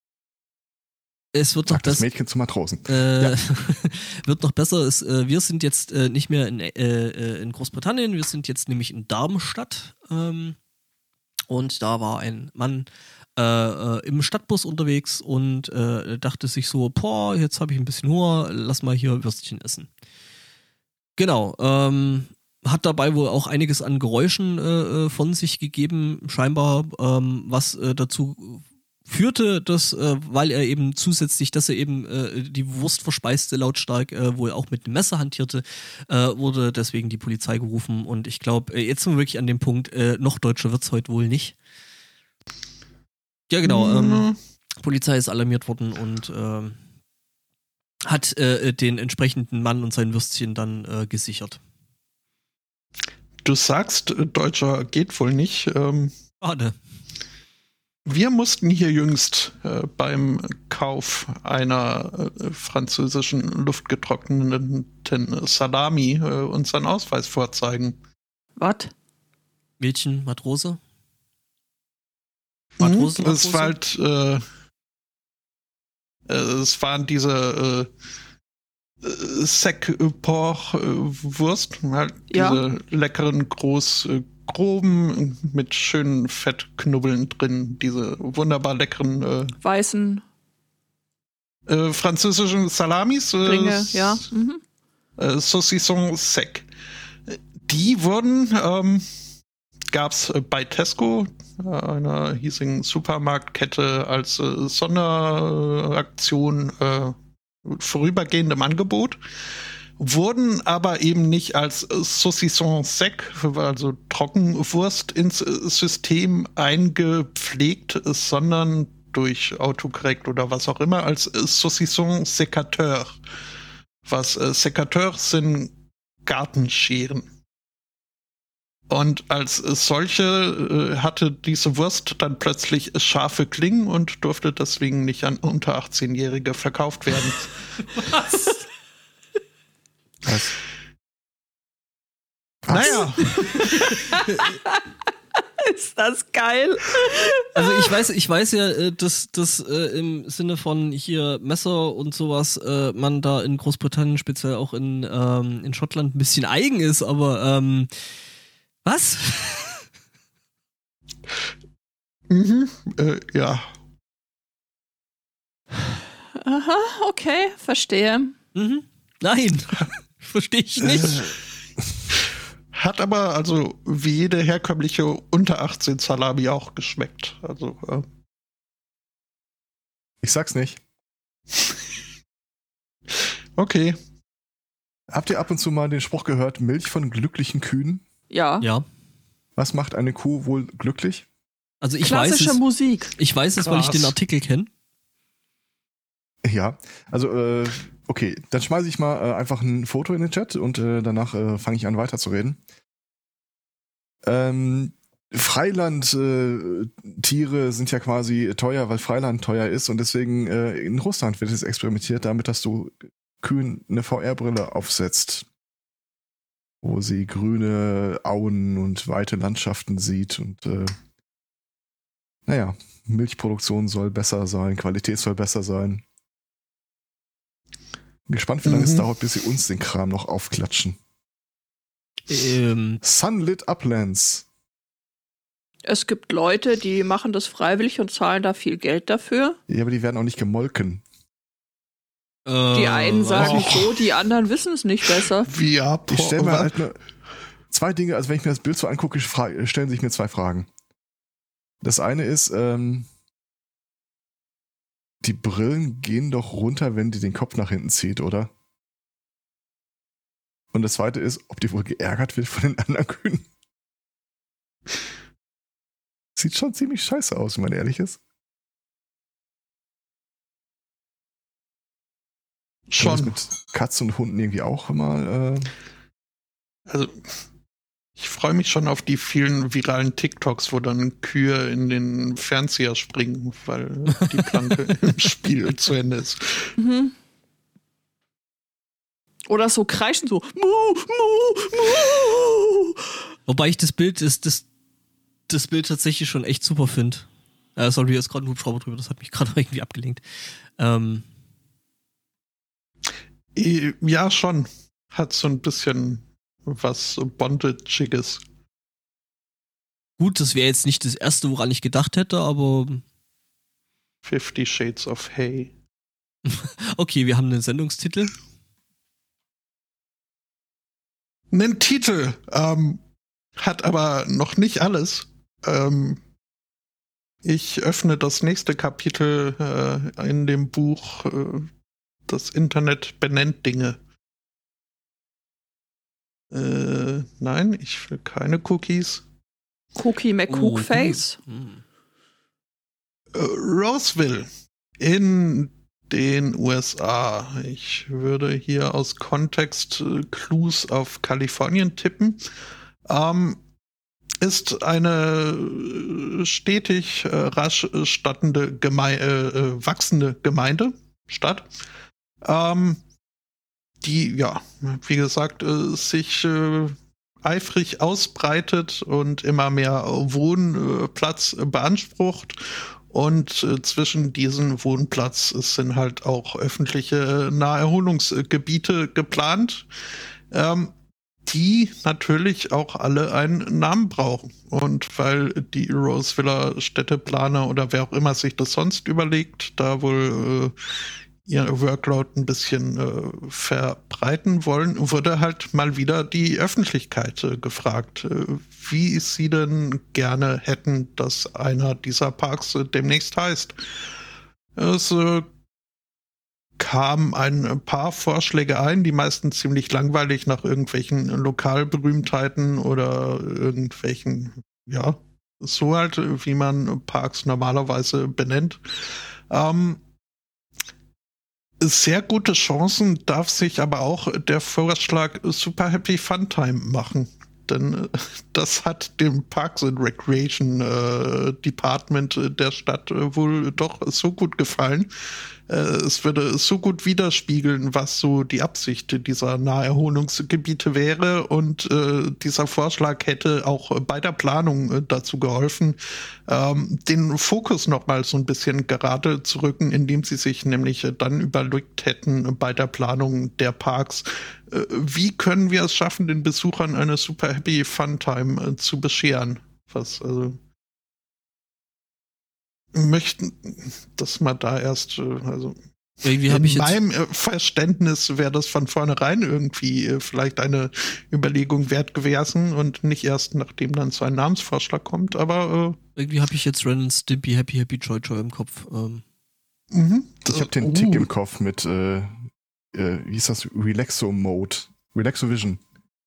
Speaker 2: Es wird noch
Speaker 3: das Mädchen zu Matrosen.
Speaker 2: Wird noch besser. Wir sind jetzt nicht mehr in Großbritannien, wir sind jetzt nämlich in Darmstadt. Und da war ein Mann im Stadtbus unterwegs und dachte sich so, jetzt habe ich ein bisschen Hunger, lass mal hier Würstchen essen. Genau. Hat dabei wohl auch einiges an Geräuschen von sich gegeben, scheinbar, was dazu führte, dass, weil er eben zusätzlich, dass er eben die Wurst verspeiste, lautstark wohl auch mit dem Messer hantierte, wurde deswegen die Polizei gerufen. Und ich glaube, jetzt sind wir wirklich an dem Punkt, noch deutscher wird's heute wohl nicht. Ja, genau. Polizei ist alarmiert worden und hat den entsprechenden Mann und sein Würstchen dann gesichert.
Speaker 1: Du sagst, Deutscher geht wohl nicht.
Speaker 2: Schade.
Speaker 1: Wir mussten hier jüngst beim Kauf einer französischen luftgetrockneten Salami unseren Ausweis vorzeigen.
Speaker 4: Was?
Speaker 2: Mädchen, Matrose?
Speaker 1: Es war halt, es waren diese Sec-Pork-Wurst, halt diese leckeren, groben, mit schönen Fettknubbeln drin, diese wunderbar leckeren
Speaker 4: weißen
Speaker 1: französischen Salamis.
Speaker 4: Ringe, ja.
Speaker 1: Saucisson Sec. Die wurden, gab's bei Tesco, einer hiesigen Supermarktkette, als Sonderaktion vorübergehend im Angebot, wurden aber eben nicht als Saucisson Sec, also Trockenwurst, ins System eingepflegt, sondern durch Autocorrect oder was auch immer als Saucisson Sécateur. Was Sécateurs sind Gartenscheren. Und als solche hatte diese Wurst dann plötzlich scharfe Klingen und durfte deswegen nicht an unter 18-Jährige verkauft werden.
Speaker 2: Was?
Speaker 1: Naja.
Speaker 4: Ist das geil?
Speaker 2: Also ich weiß ja, dass im Sinne von hier Messer und sowas man da in Großbritannien, speziell auch in Schottland ein bisschen eigen ist, aber was?
Speaker 1: Ja.
Speaker 4: Aha, okay, verstehe.
Speaker 2: Nein, verstehe ich nicht.
Speaker 1: Hat aber also wie jede herkömmliche unter 18 Salami auch geschmeckt. Also
Speaker 3: Ich sag's nicht.
Speaker 1: okay.
Speaker 3: Habt ihr ab und zu mal den Spruch gehört, Milch von glücklichen Kühen?
Speaker 4: Ja.
Speaker 2: Ja.
Speaker 3: Was macht eine Kuh wohl glücklich?
Speaker 2: Also ich
Speaker 4: Klassische
Speaker 2: weiß es.
Speaker 4: Musik.
Speaker 2: Ich weiß es, weil ich
Speaker 1: Krass.
Speaker 2: den Artikel kenne.
Speaker 3: Ja, also okay, dann schmeiße ich mal einfach ein Foto in den Chat und danach fange ich an weiterzureden. Freiland-Tiere sind ja quasi teuer, weil Freiland teuer ist und deswegen in Russland wird es experimentiert damit, dass du Kühen eine VR-Brille aufsetzt, wo sie grüne Auen und weite Landschaften sieht und naja, Milchproduktion soll besser sein, Qualität soll besser sein. Bin gespannt, wie lange es dauert, bis sie uns den Kram noch aufklatschen. Sunlit Uplands.
Speaker 4: Es gibt Leute, die machen das freiwillig und zahlen da viel Geld dafür.
Speaker 3: Ja, aber die werden auch nicht gemolken.
Speaker 4: Die einen sagen so, die anderen wissen es nicht besser.
Speaker 3: Ich stelle mir halt nur zwei Dinge, also wenn ich mir das Bild so angucke, stellen sich mir zwei Fragen. Das eine ist, die Brillen gehen doch runter, wenn die den Kopf nach hinten zieht, oder? Und das zweite ist, ob die wohl geärgert wird von den anderen Kühen. Sieht schon ziemlich scheiße aus, wenn man ehrlich ist.
Speaker 1: Schon.
Speaker 3: Und das mit Katzen und Hunden irgendwie auch mal.
Speaker 1: Also, ich freue mich schon auf die vielen viralen TikToks, wo dann Kühe in den Fernseher springen, weil die Planke im Spiel zu Ende ist.
Speaker 4: Mhm. Oder so kreischen, so Mu, Mu, Mu.
Speaker 2: Wobei ich das Bild tatsächlich schon echt super finde. Sorry, jetzt gerade ein Hubschrauber drüber, das hat mich gerade irgendwie abgelenkt.
Speaker 1: Ja, schon. Hat so ein bisschen was Bondagiges.
Speaker 2: Gut, das wäre jetzt nicht das erste, woran ich gedacht hätte, aber
Speaker 1: 50 Shades of Hay.
Speaker 2: okay, wir haben einen Sendungstitel.
Speaker 1: Einen Titel, hat aber noch nicht alles. Ich öffne das nächste Kapitel in dem Buch Das Internet benennt Dinge. Nein, ich will keine Cookies.
Speaker 4: Cookie McCookface.
Speaker 1: Roseville in den USA. Ich würde hier aus Kontext Clues auf Kalifornien tippen. ist eine stetig rasch wachsende Stadt, die, ja, wie gesagt, sich eifrig ausbreitet und immer mehr Wohnplatz beansprucht. Und zwischen diesen Wohnplatz sind halt auch öffentliche Naherholungsgebiete geplant, die natürlich auch alle einen Namen brauchen. Und weil die Roseviller Städteplaner oder wer auch immer sich das sonst überlegt, da wohl ihr Workload ein bisschen verbreiten wollen, wurde halt mal wieder die Öffentlichkeit gefragt, wie sie denn gerne hätten, dass einer dieser Parks demnächst heißt. Es kamen ein paar Vorschläge ein, die meisten ziemlich langweilig nach irgendwelchen Lokalberühmtheiten oder irgendwelchen, ja, so halt, wie man Parks normalerweise benennt. Sehr gute Chancen darf sich aber auch der Vorschlag Super Happy Fun Time machen. Denn das hat dem Parks and Recreation Department der Stadt wohl doch so gut gefallen. Es würde so gut widerspiegeln, was so die Absicht dieser Naherholungsgebiete wäre. Und dieser Vorschlag hätte auch bei der Planung dazu geholfen, den Fokus nochmal so ein bisschen gerade zu rücken, indem sie sich nämlich dann überlegt hätten bei der Planung der Parks, wie können wir es schaffen, den Besuchern eine Super Happy Fun Time zu bescheren? Was, also möchten, dass man da erst, also
Speaker 2: irgendwie
Speaker 1: in
Speaker 2: ich
Speaker 1: meinem Verständnis wäre das von vornherein irgendwie vielleicht eine Überlegung wert gewesen und nicht erst nachdem dann so ein Namensvorschlag kommt, aber
Speaker 2: irgendwie habe ich jetzt Ren and Stimpy Happy Happy Joy Joy im Kopf.
Speaker 3: Ich habe den Tick im Kopf mit wie hieß das? Relaxo-Mode. Relaxo-Vision.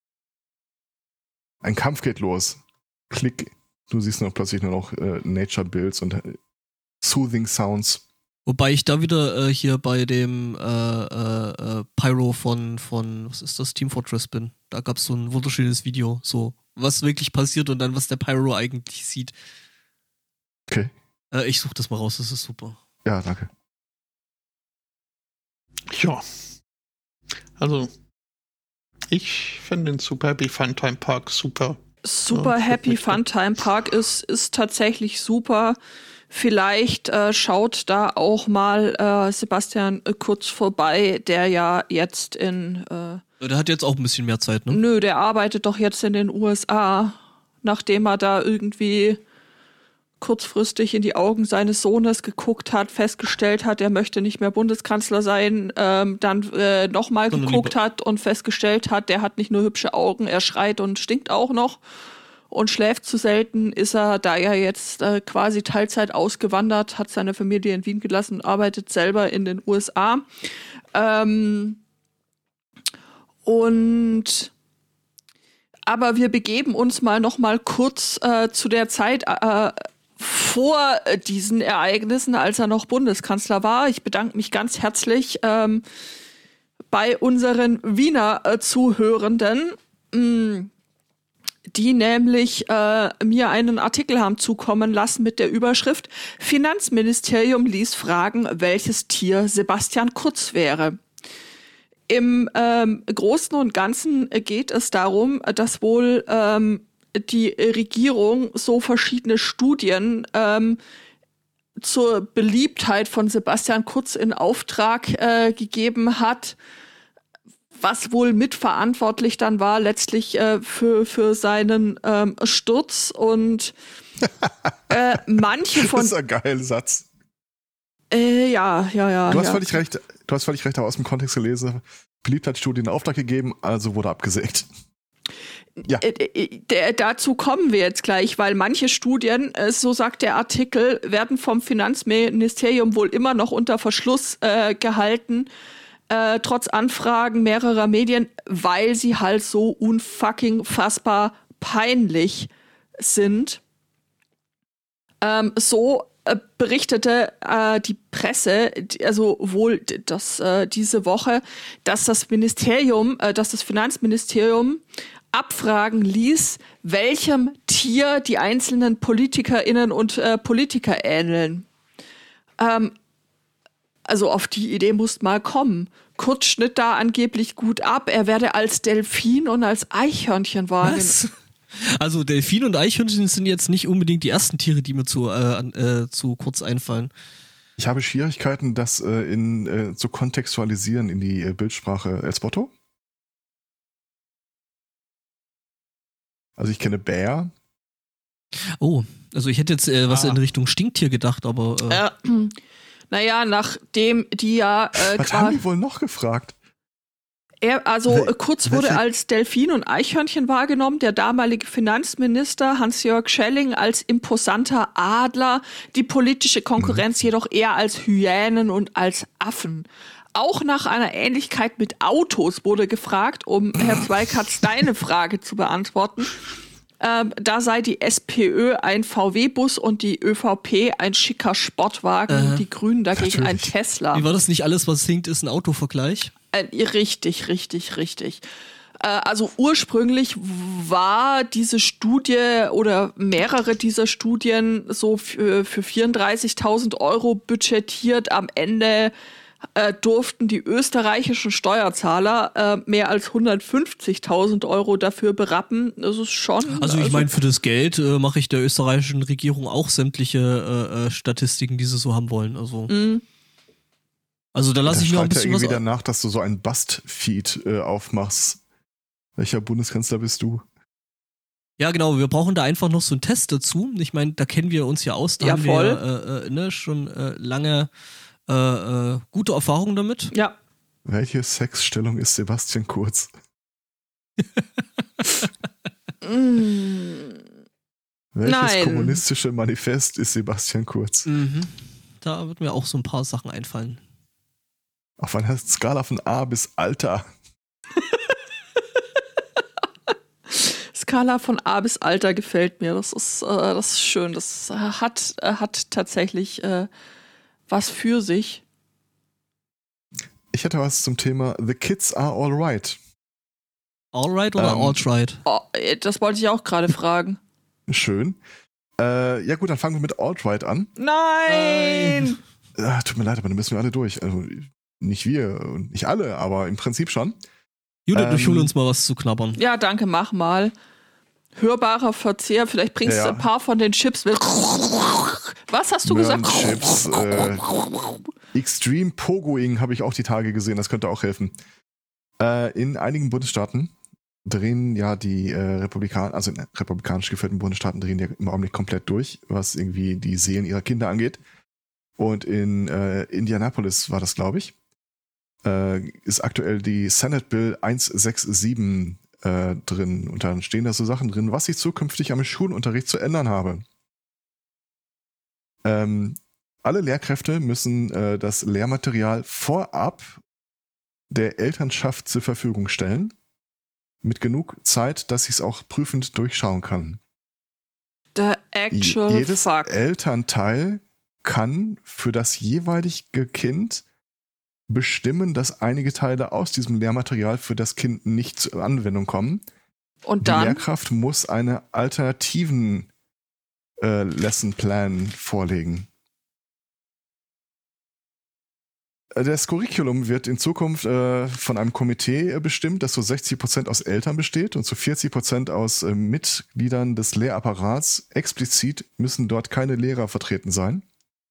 Speaker 3: Ein Kampf geht los. Klick. Du siehst noch plötzlich nur noch Nature-Builds und Soothing Sounds.
Speaker 2: Wobei ich da wieder hier bei dem Pyro von was ist das, Team Fortress bin. Da gab es so ein wunderschönes Video, so was wirklich passiert und dann was der Pyro eigentlich sieht.
Speaker 3: Okay.
Speaker 2: Ich suche das mal raus, das ist super.
Speaker 3: Ja, danke.
Speaker 1: ja. Also, ich finde den Super Happy Funtime Park super.
Speaker 4: Super Happy Funtime Park ist tatsächlich super. Vielleicht schaut da auch mal Sebastian Kurz vorbei, der ja jetzt
Speaker 2: der hat jetzt auch ein bisschen mehr Zeit, ne?
Speaker 4: Nö, der arbeitet doch jetzt in den USA, nachdem er da irgendwie kurzfristig in die Augen seines Sohnes geguckt hat, festgestellt hat, er möchte nicht mehr Bundeskanzler sein, dann nochmal geguckt hat und festgestellt hat, der hat nicht nur hübsche Augen, er schreit und stinkt auch noch und schläft zu selten, ist er da ja jetzt quasi Teilzeit ausgewandert, hat seine Familie in Wien gelassen und arbeitet selber in den USA. Aber wir begeben uns noch mal kurz zu der Zeit vor diesen Ereignissen, als er noch Bundeskanzler war. Ich bedanke mich ganz herzlich bei unseren Wiener Zuhörenden, die nämlich mir einen Artikel haben zukommen lassen mit der Überschrift Finanzministerium ließ fragen, welches Tier Sebastian Kurz wäre. Im Großen und Ganzen geht es darum, dass wohl die Regierung so verschiedene Studien zur Beliebtheit von Sebastian Kurz in Auftrag gegeben hat, was wohl mitverantwortlich dann war letztlich für seinen Sturz und manche von...
Speaker 3: Das ist ein geiler Satz.
Speaker 4: Ja.
Speaker 3: Du hast völlig recht, aber aus dem Kontext gelesen. Beliebtheitsstudien in Auftrag gegeben, also wurde abgesägt. Ja.
Speaker 4: Dazu kommen wir jetzt gleich, weil manche Studien, so sagt der Artikel, werden vom Finanzministerium wohl immer noch unter Verschluss gehalten, trotz Anfragen mehrerer Medien, weil sie halt so unfucking fassbar peinlich sind. So berichtete die Presse, also wohl diese Woche, dass das Finanzministerium abfragen ließ, welchem Tier die einzelnen PolitikerInnen und Politiker ähneln. Also auf die Idee musst mal kommen. Kurz schnitt da angeblich gut ab. Er werde als Delfin und als Eichhörnchen wahrgenommen.
Speaker 2: Was? Also Delfine und Eichhörnchen sind jetzt nicht unbedingt die ersten Tiere, die mir zu kurz einfallen.
Speaker 3: Ich habe Schwierigkeiten, das zu kontextualisieren in die Bildsprache Elsbotto. Also ich kenne Bär.
Speaker 2: Oh, also ich hätte jetzt was in Richtung Stinktier gedacht, aber...
Speaker 4: Naja, nachdem die ja
Speaker 3: was haben die wohl noch gefragt?
Speaker 4: Kurz wurde als Delfin und Eichhörnchen wahrgenommen, der damalige Finanzminister Hans-Jörg Schelling als imposanter Adler, die politische Konkurrenz jedoch eher als Hyänen und als Affen. Auch nach einer Ähnlichkeit mit Autos wurde gefragt, um Herr Zweikatz deine Frage zu beantworten. Da sei die SPÖ ein VW-Bus und die ÖVP ein schicker Sportwagen, die Grünen dagegen ein Tesla.
Speaker 2: Wie war das nicht alles, was hinkt, ist ein Autovergleich?
Speaker 4: Richtig. Also ursprünglich war diese Studie oder mehrere dieser Studien so für 34.000 € budgetiert. Am Ende durften die österreichischen Steuerzahler mehr als 150.000 € dafür berappen. Das ist schon...
Speaker 2: Also ich meine, für das Geld mache ich der österreichischen Regierung auch sämtliche Statistiken, die sie so haben wollen. Also da lasse ich mir auch ein bisschen was...
Speaker 3: danach, dass du so einen Bust-Feed aufmachst. Welcher Bundeskanzler bist du?
Speaker 2: Ja, genau, wir brauchen da einfach noch so einen Test dazu. Ich meine, da kennen wir uns ja aus. Da haben wir schon lange gute Erfahrungen damit.
Speaker 4: Ja.
Speaker 3: Welche Sexstellung ist Sebastian Kurz? Welches kommunistische Manifest ist Sebastian Kurz?
Speaker 2: Da wird mir auch so ein paar Sachen einfallen.
Speaker 3: Auf einer Skala von A bis Alter.
Speaker 4: Skala von A bis Alter gefällt mir. Das ist schön. Das hat tatsächlich was für sich.
Speaker 3: Ich hätte was zum Thema The Kids Are Alright.
Speaker 2: Alright oder alt-right?
Speaker 4: Das wollte ich auch gerade fragen.
Speaker 3: Schön. Ja gut, dann fangen wir mit alt-right an.
Speaker 4: Nein!
Speaker 3: Tut mir leid, aber dann müssen wir alle durch. Also nicht wir und nicht alle, aber im Prinzip schon.
Speaker 2: Judith, ich hole uns mal was zu knabbern.
Speaker 4: Ja, danke, mach mal. Hörbarer Verzehr, vielleicht bringst du ein paar von den Chips mit. Was hast du gesagt?
Speaker 3: Chips, Extreme Pogoing habe ich auch die Tage gesehen, das könnte auch helfen. In einigen Bundesstaaten drehen ja die republikanisch geführten Bundesstaaten drehen ja im Augenblick komplett durch, was irgendwie die Seelen ihrer Kinder angeht. Und in Indianapolis war das, glaube ich, ist aktuell die Senate Bill 167 drin. Und dann stehen da so Sachen drin, was ich zukünftig am Schulunterricht zu ändern habe. Alle Lehrkräfte müssen das Lehrmaterial vorab der Elternschaft zur Verfügung stellen, mit genug Zeit, dass ich es auch prüfend durchschauen kann.
Speaker 4: The actual
Speaker 3: Jedes Elternteil kann für das jeweilige Kind bestimmen, dass einige Teile aus diesem Lehrmaterial für das Kind nicht zur Anwendung kommen.
Speaker 4: Und dann?
Speaker 3: Die Lehrkraft muss einen alternativen Lesson-Plan vorlegen. Das Curriculum wird in Zukunft von einem Komitee bestimmt, das zu 60% aus Eltern besteht und zu 40% aus Mitgliedern des Lehrapparats. Explizit müssen dort keine Lehrer vertreten sein.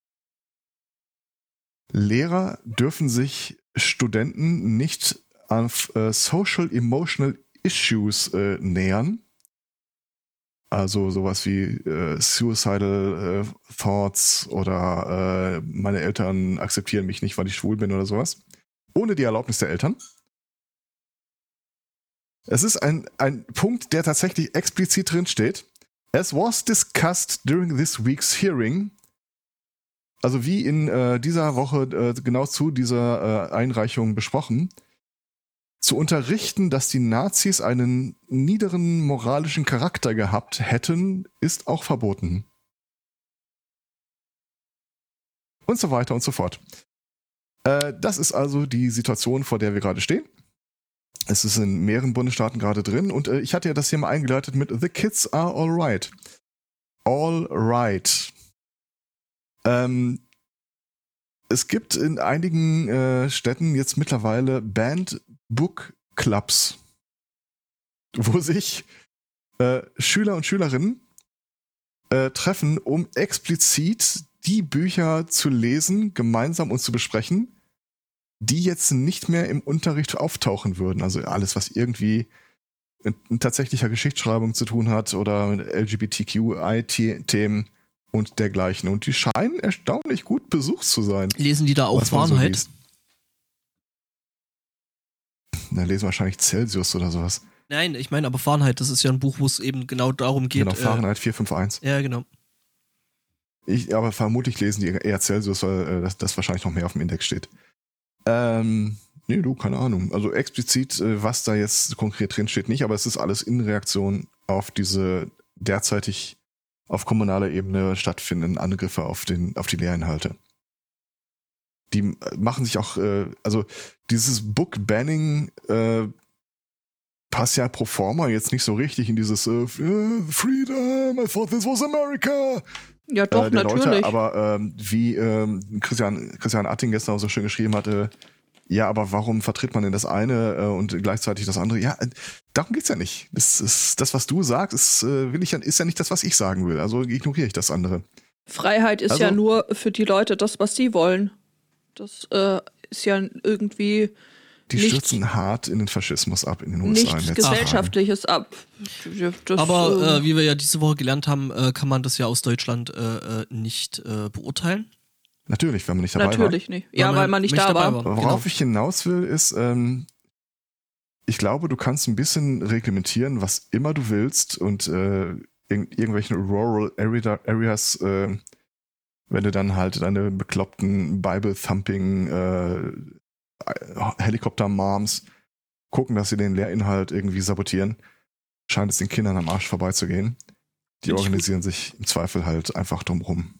Speaker 3: Lehrer dürfen sich Studenten nicht auf Social-Emotional Issues nähern. Also sowas wie suicidal thoughts oder meine Eltern akzeptieren mich nicht, weil ich schwul bin oder sowas. Ohne die Erlaubnis der Eltern. Es ist ein Punkt, der tatsächlich explizit drin steht. As was discussed during this week's hearing. Also wie in dieser Woche genau zu dieser Einreichung besprochen, zu unterrichten, dass die Nazis einen niederen moralischen Charakter gehabt hätten, ist auch verboten. Und so weiter und so fort. Das ist also die Situation, vor der wir gerade stehen. Es ist in mehreren Bundesstaaten gerade drin und ich hatte ja das hier mal eingeleitet mit The Kids Are Alright. Alright. Es gibt in einigen Städten jetzt mittlerweile Band-Book-Clubs, wo sich Schüler und Schülerinnen treffen, um explizit die Bücher zu lesen, gemeinsam und zu besprechen, die jetzt nicht mehr im Unterricht auftauchen würden. Also alles, was irgendwie mit tatsächlicher Geschichtsschreibung zu tun hat oder mit LGBTQI-Themen und dergleichen. Und die scheinen erstaunlich gut besucht zu sein.
Speaker 2: Lesen die da auch Fahrenheit?
Speaker 3: So da lesen wahrscheinlich Celsius oder sowas.
Speaker 2: Nein, ich meine aber Fahrenheit, das ist ja ein Buch, wo es eben genau darum geht.
Speaker 3: Genau, Fahrenheit 451.
Speaker 2: Ja, genau.
Speaker 3: Aber vermutlich lesen die eher Celsius, weil das wahrscheinlich noch mehr auf dem Index steht. Nee, keine Ahnung. Also explizit, was da jetzt konkret drin steht, nicht, aber es ist alles in Reaktion auf diese derzeitig auf kommunaler Ebene stattfindenden Angriffe auf die Lehrinhalte. Die machen sich auch, also dieses Book-Banning passt ja pro forma jetzt nicht so richtig in dieses Freedom, I thought this was America.
Speaker 4: Ja, doch,
Speaker 3: der
Speaker 4: natürlich.
Speaker 3: Leute, aber wie Christian Atting gestern auch so schön geschrieben hatte, ja, aber warum vertritt man denn das eine und gleichzeitig das andere? Ja, darum geht's ja nicht. Das, was du sagst, ist ja nicht das, was ich sagen will. Also ignoriere ich das andere.
Speaker 4: Freiheit ist ja nur für die Leute das, was sie wollen. Das ist ja irgendwie
Speaker 3: die stürzen hart in den Faschismus ab in den USA.
Speaker 4: Nichts Gesellschaftliches ab.
Speaker 2: Aber wie wir ja diese Woche gelernt haben, kann man das ja aus Deutschland nicht beurteilen.
Speaker 3: Natürlich, wenn man nicht dabei war.
Speaker 4: Natürlich nicht. Ja, weil man nicht da war.
Speaker 3: Worauf ich hinaus will, ist, ich glaube, du kannst ein bisschen reglementieren, was immer du willst und irgendwelchen Rural Areas, wenn du dann halt deine bekloppten Bible-Thumping Helikopter-Moms gucken, dass sie den Lehrinhalt irgendwie sabotieren, scheint es den Kindern am Arsch vorbeizugehen. Die organisieren sich im Zweifel halt einfach drumrum.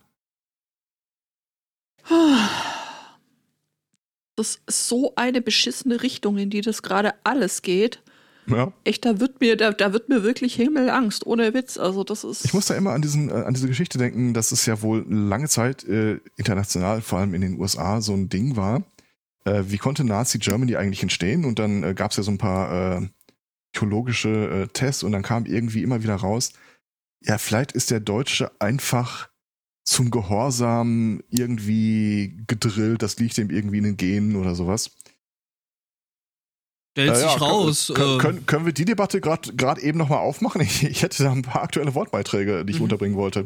Speaker 4: Das ist so eine beschissene Richtung, in die das gerade alles geht.
Speaker 3: Ja.
Speaker 4: Echt, da wird mir wirklich Himmelangst, ohne Witz. Also das ist.
Speaker 3: Ich muss da immer an diese Geschichte denken, dass es ja wohl lange Zeit international, vor allem in den USA, so ein Ding war. Wie konnte Nazi Germany eigentlich entstehen? Und dann gab es ja so ein paar theologische Tests und dann kam irgendwie immer wieder raus, ja, vielleicht ist der Deutsche einfach zum Gehorsam irgendwie gedrillt, das liegt ihm irgendwie in den Genen oder sowas.
Speaker 2: Stellt sich raus.
Speaker 3: Können wir die Debatte gerade eben nochmal aufmachen? Ich hätte da ein paar aktuelle Wortbeiträge, die ich unterbringen wollte.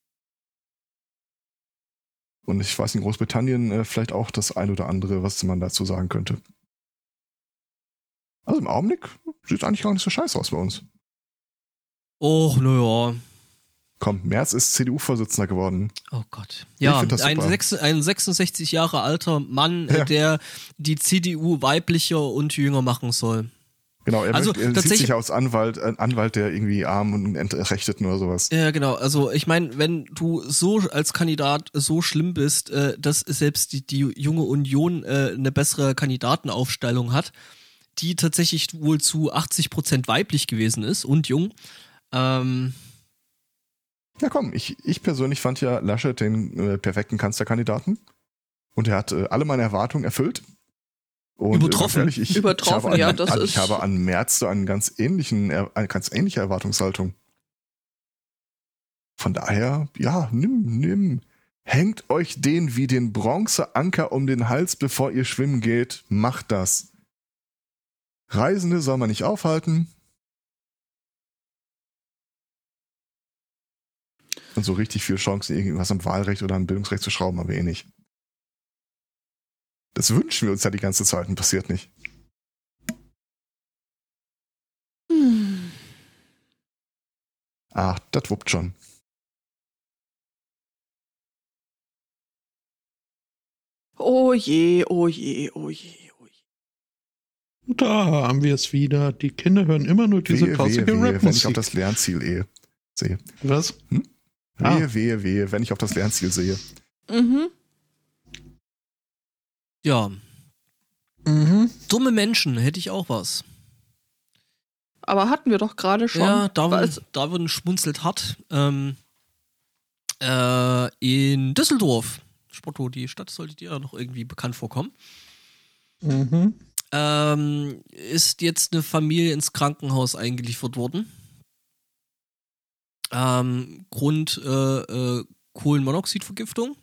Speaker 3: Und ich weiß in Großbritannien vielleicht auch das ein oder andere, was man dazu sagen könnte. Also im Augenblick sieht es eigentlich gar nicht so scheiße aus bei uns.
Speaker 2: Och, naja.
Speaker 3: Komm, Merz ist CDU-Vorsitzender geworden.
Speaker 2: Oh Gott. Ja,
Speaker 3: ein
Speaker 2: 66 Jahre alter Mann, der die CDU weiblicher und jünger machen soll.
Speaker 3: Genau, er sieht sich als Anwalt, der irgendwie arm und Entrechteten oder sowas.
Speaker 2: Ja, genau. Also ich meine, wenn du so als Kandidat so schlimm bist, dass selbst die junge Union eine bessere Kandidatenaufstellung hat, die tatsächlich wohl zu 80% weiblich gewesen ist und jung.
Speaker 3: Ja komm, ich persönlich fand ja Laschet den perfekten Kanzlerkandidaten und er hat alle meine Erwartungen erfüllt. Und
Speaker 2: Übertroffen.
Speaker 3: Ich habe an Merz so eine ganz ähnliche Erwartungshaltung. Von daher, ja, nimm. Hängt euch den wie den Bronzeanker um den Hals, bevor ihr schwimmen geht. Macht das. Reisende soll man nicht aufhalten. Und so richtig viel Chancen, irgendwas am Wahlrecht oder am Bildungsrecht zu schrauben, aber nicht. Das wünschen wir uns ja die ganze Zeit und passiert nicht. Ach, das wuppt schon.
Speaker 4: Oh je, oh je, oh je, oh je.
Speaker 1: Da haben wir es wieder. Die Kinder hören immer nur diese grausige Rap-Musik.
Speaker 3: Wenn ich auf das Lernziel sehe.
Speaker 1: Was?
Speaker 3: Wehe, wenn ich auf das Lernziel sehe.
Speaker 4: Mhm.
Speaker 2: Ja. Dumme Menschen, hätte ich auch was.
Speaker 4: Aber hatten wir doch gerade schon.
Speaker 2: Ja, Darwin schmunzelt hart. In Düsseldorf, Spotto, die Stadt sollte dir ja noch irgendwie bekannt vorkommen.
Speaker 1: Mhm.
Speaker 2: Ist jetzt eine Familie ins Krankenhaus eingeliefert worden. Grund Kohlenmonoxidvergiftung.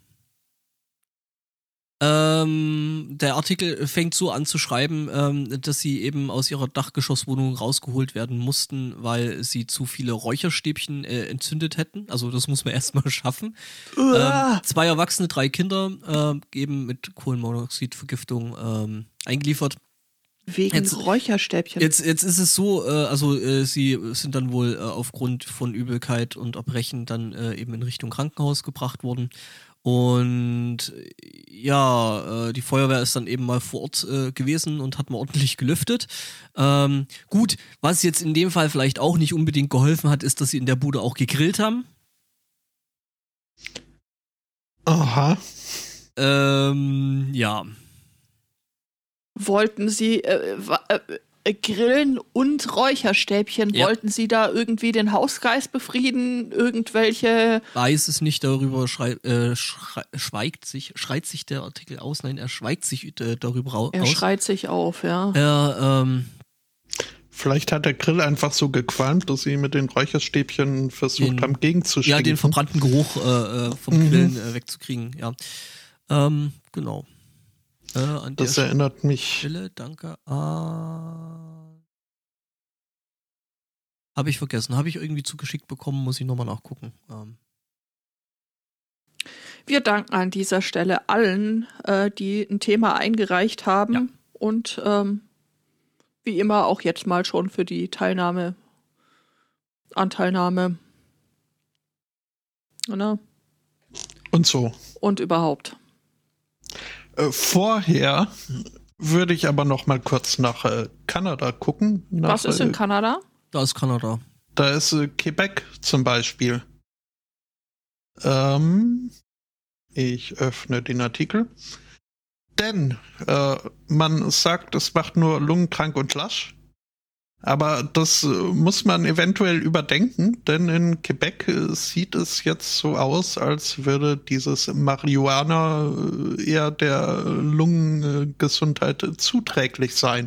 Speaker 2: Der Artikel fängt so an zu schreiben, dass sie eben aus ihrer Dachgeschosswohnung rausgeholt werden mussten, weil sie zu viele Räucherstäbchen entzündet hätten. Also das muss man erstmal schaffen. 2 Erwachsene, 3 Kinder eben mit Kohlenmonoxidvergiftung eingeliefert.
Speaker 4: Wegen Räucherstäbchen.
Speaker 2: Jetzt ist es so, sie sind dann wohl aufgrund von Übelkeit und Erbrechen dann eben in Richtung Krankenhaus gebracht worden. Und ja, die Feuerwehr ist dann eben mal vor Ort gewesen und hat mal ordentlich gelüftet. Gut, was jetzt in dem Fall vielleicht auch nicht unbedingt geholfen hat, ist, dass sie in der Bude auch gegrillt haben.
Speaker 1: Aha.
Speaker 2: Ja.
Speaker 4: Wollten sie Grillen und Räucherstäbchen, wollten sie da irgendwie den Hausgeist befrieden? Irgendwelche...
Speaker 2: Weiß es nicht, darüber schreit sich der Artikel aus? Nein, er schweigt sich darüber aus.
Speaker 4: Er schreit sich auf, ja.
Speaker 1: Vielleicht hat der Grill einfach so gequalmt, dass sie mit den Räucherstäbchen versucht haben, gegenzuschieben.
Speaker 2: Ja, den verbrannten Geruch vom Grillen wegzukriegen, ja. Genau. An
Speaker 1: das
Speaker 2: der
Speaker 1: erinnert mich.
Speaker 2: Stelle, danke. Habe ich vergessen. Habe ich irgendwie zugeschickt bekommen, muss ich nochmal nachgucken.
Speaker 4: Wir danken an dieser Stelle allen, die ein Thema eingereicht haben. Ja. Und wie immer auch jetzt mal schon für die Anteilnahme. Na?
Speaker 1: Und so.
Speaker 4: Und überhaupt.
Speaker 1: Vorher würde ich aber noch mal kurz nach Kanada gucken.
Speaker 4: Was ist in Kanada?
Speaker 2: Da ist Kanada.
Speaker 1: Da ist Quebec zum Beispiel. Ich öffne den Artikel. Denn man sagt, es macht nur lungenkrank und lasch. Aber das muss man eventuell überdenken, denn in Quebec sieht es jetzt so aus, als würde dieses Marihuana eher der Lungengesundheit zuträglich sein.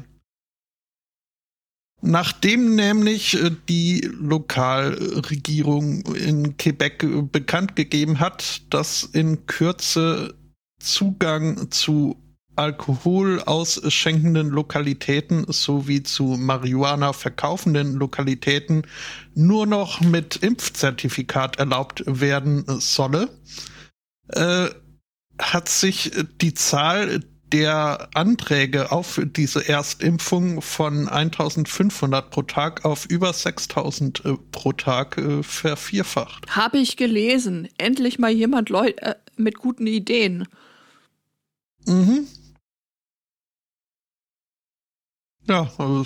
Speaker 1: Nachdem nämlich die Lokalregierung in Quebec bekannt gegeben hat, dass in Kürze Zugang zu Alkohol ausschenkenden Lokalitäten sowie zu Marihuana verkaufenden Lokalitäten nur noch mit Impfzertifikat erlaubt werden solle, hat sich die Zahl der Anträge auf diese Erstimpfung von 1.500 pro Tag auf über 6.000 pro Tag vervierfacht.
Speaker 4: Habe ich gelesen. Endlich mal jemand mit guten Ideen.
Speaker 1: Mhm. Ja, also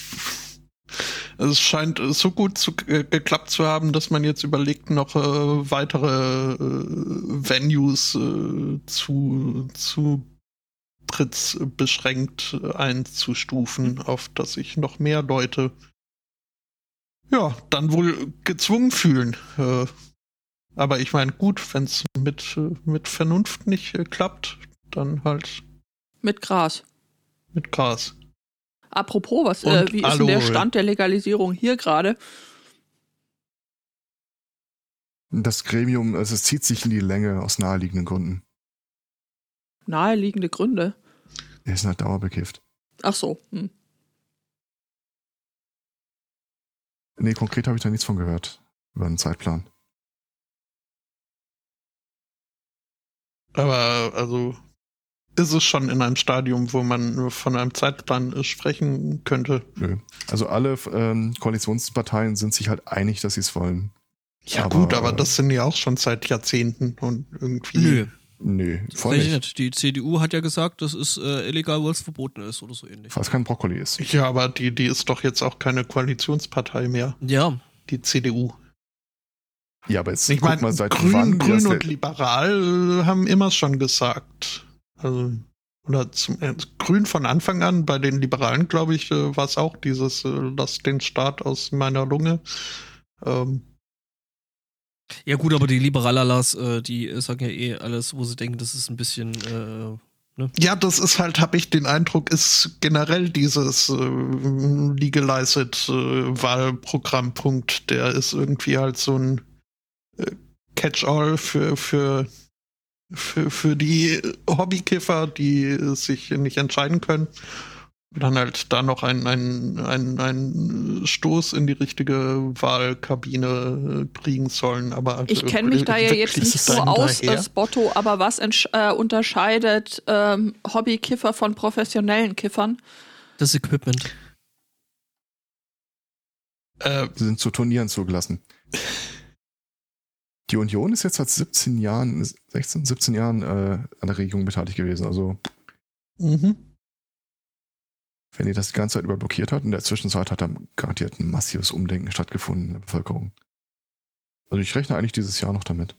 Speaker 1: es scheint so gut geklappt zu haben, dass man jetzt überlegt, noch weitere Venues zutrittsbeschränkt einzustufen, auf dass sich noch mehr Leute dann wohl gezwungen fühlen. Aber ich meine, gut, wenn es mit Vernunft nicht klappt, dann halt
Speaker 4: mit Gras.
Speaker 1: Mit Gras.
Speaker 4: Apropos, wie ist denn der Stand der Legalisierung hier gerade?
Speaker 3: Das Gremium, also es zieht sich in die Länge aus naheliegenden Gründen.
Speaker 4: Naheliegende Gründe?
Speaker 3: Er ist halt dauerbekifft.
Speaker 4: Ach so.
Speaker 3: Nee, konkret habe ich da nichts von gehört. Über einen Zeitplan.
Speaker 1: Aber also ist es schon in einem Stadium, wo man nur von einem Zeitplan sprechen könnte?
Speaker 3: Nö. Also alle Koalitionsparteien sind sich halt einig, dass sie es wollen.
Speaker 1: Ja aber das sind ja auch schon seit Jahrzehnten und irgendwie...
Speaker 3: Nö, voll nicht.
Speaker 2: Die CDU hat ja gesagt, das ist illegal, weil es verboten ist oder so ähnlich.
Speaker 3: Falls kein Brokkoli ist.
Speaker 1: Ja, aber die ist doch jetzt auch keine Koalitionspartei mehr.
Speaker 2: Ja.
Speaker 1: Die CDU.
Speaker 3: Ja, aber jetzt
Speaker 1: ich meine,
Speaker 3: mal, seit wann
Speaker 1: Grün und Liberal haben immer schon gesagt. Also, oder Grün von Anfang an. Bei den Liberalen, glaube ich, war es auch dieses lass den Staat aus meiner Lunge.
Speaker 2: Ja gut, aber die Liberalas, die sagen ja eh alles, wo sie denken, das ist ein bisschen, ne?
Speaker 1: Ja, das ist halt, habe ich den Eindruck, ist generell dieses Legalized Wahlprogrammpunkt, der ist irgendwie halt so ein Catch-all für die Hobbykiffer, die sich nicht entscheiden können. Und dann halt da noch ein Stoß in die richtige Wahlkabine kriegen sollen. Aber
Speaker 4: ich kenne mich da ja jetzt nicht so aus, Spotto, aber was unterscheidet Hobbykiffer von professionellen Kiffern?
Speaker 2: Das Equipment.
Speaker 3: Sie sind zu Turnieren zugelassen. Die Union ist jetzt seit 17 Jahren an der Regierung beteiligt gewesen. Also wenn die das die ganze Zeit über blockiert hat, in der Zwischenzeit hat da garantiert ein massives Umdenken stattgefunden in der Bevölkerung. Also ich rechne eigentlich dieses Jahr noch damit.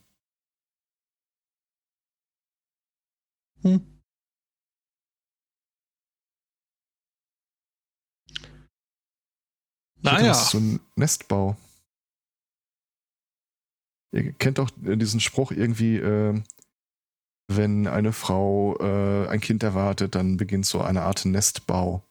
Speaker 1: Naja.
Speaker 3: Das ist so ein Nestbau. Ihr kennt doch diesen Spruch irgendwie, wenn eine Frau ein Kind erwartet, dann beginnt so eine Art Nestbau.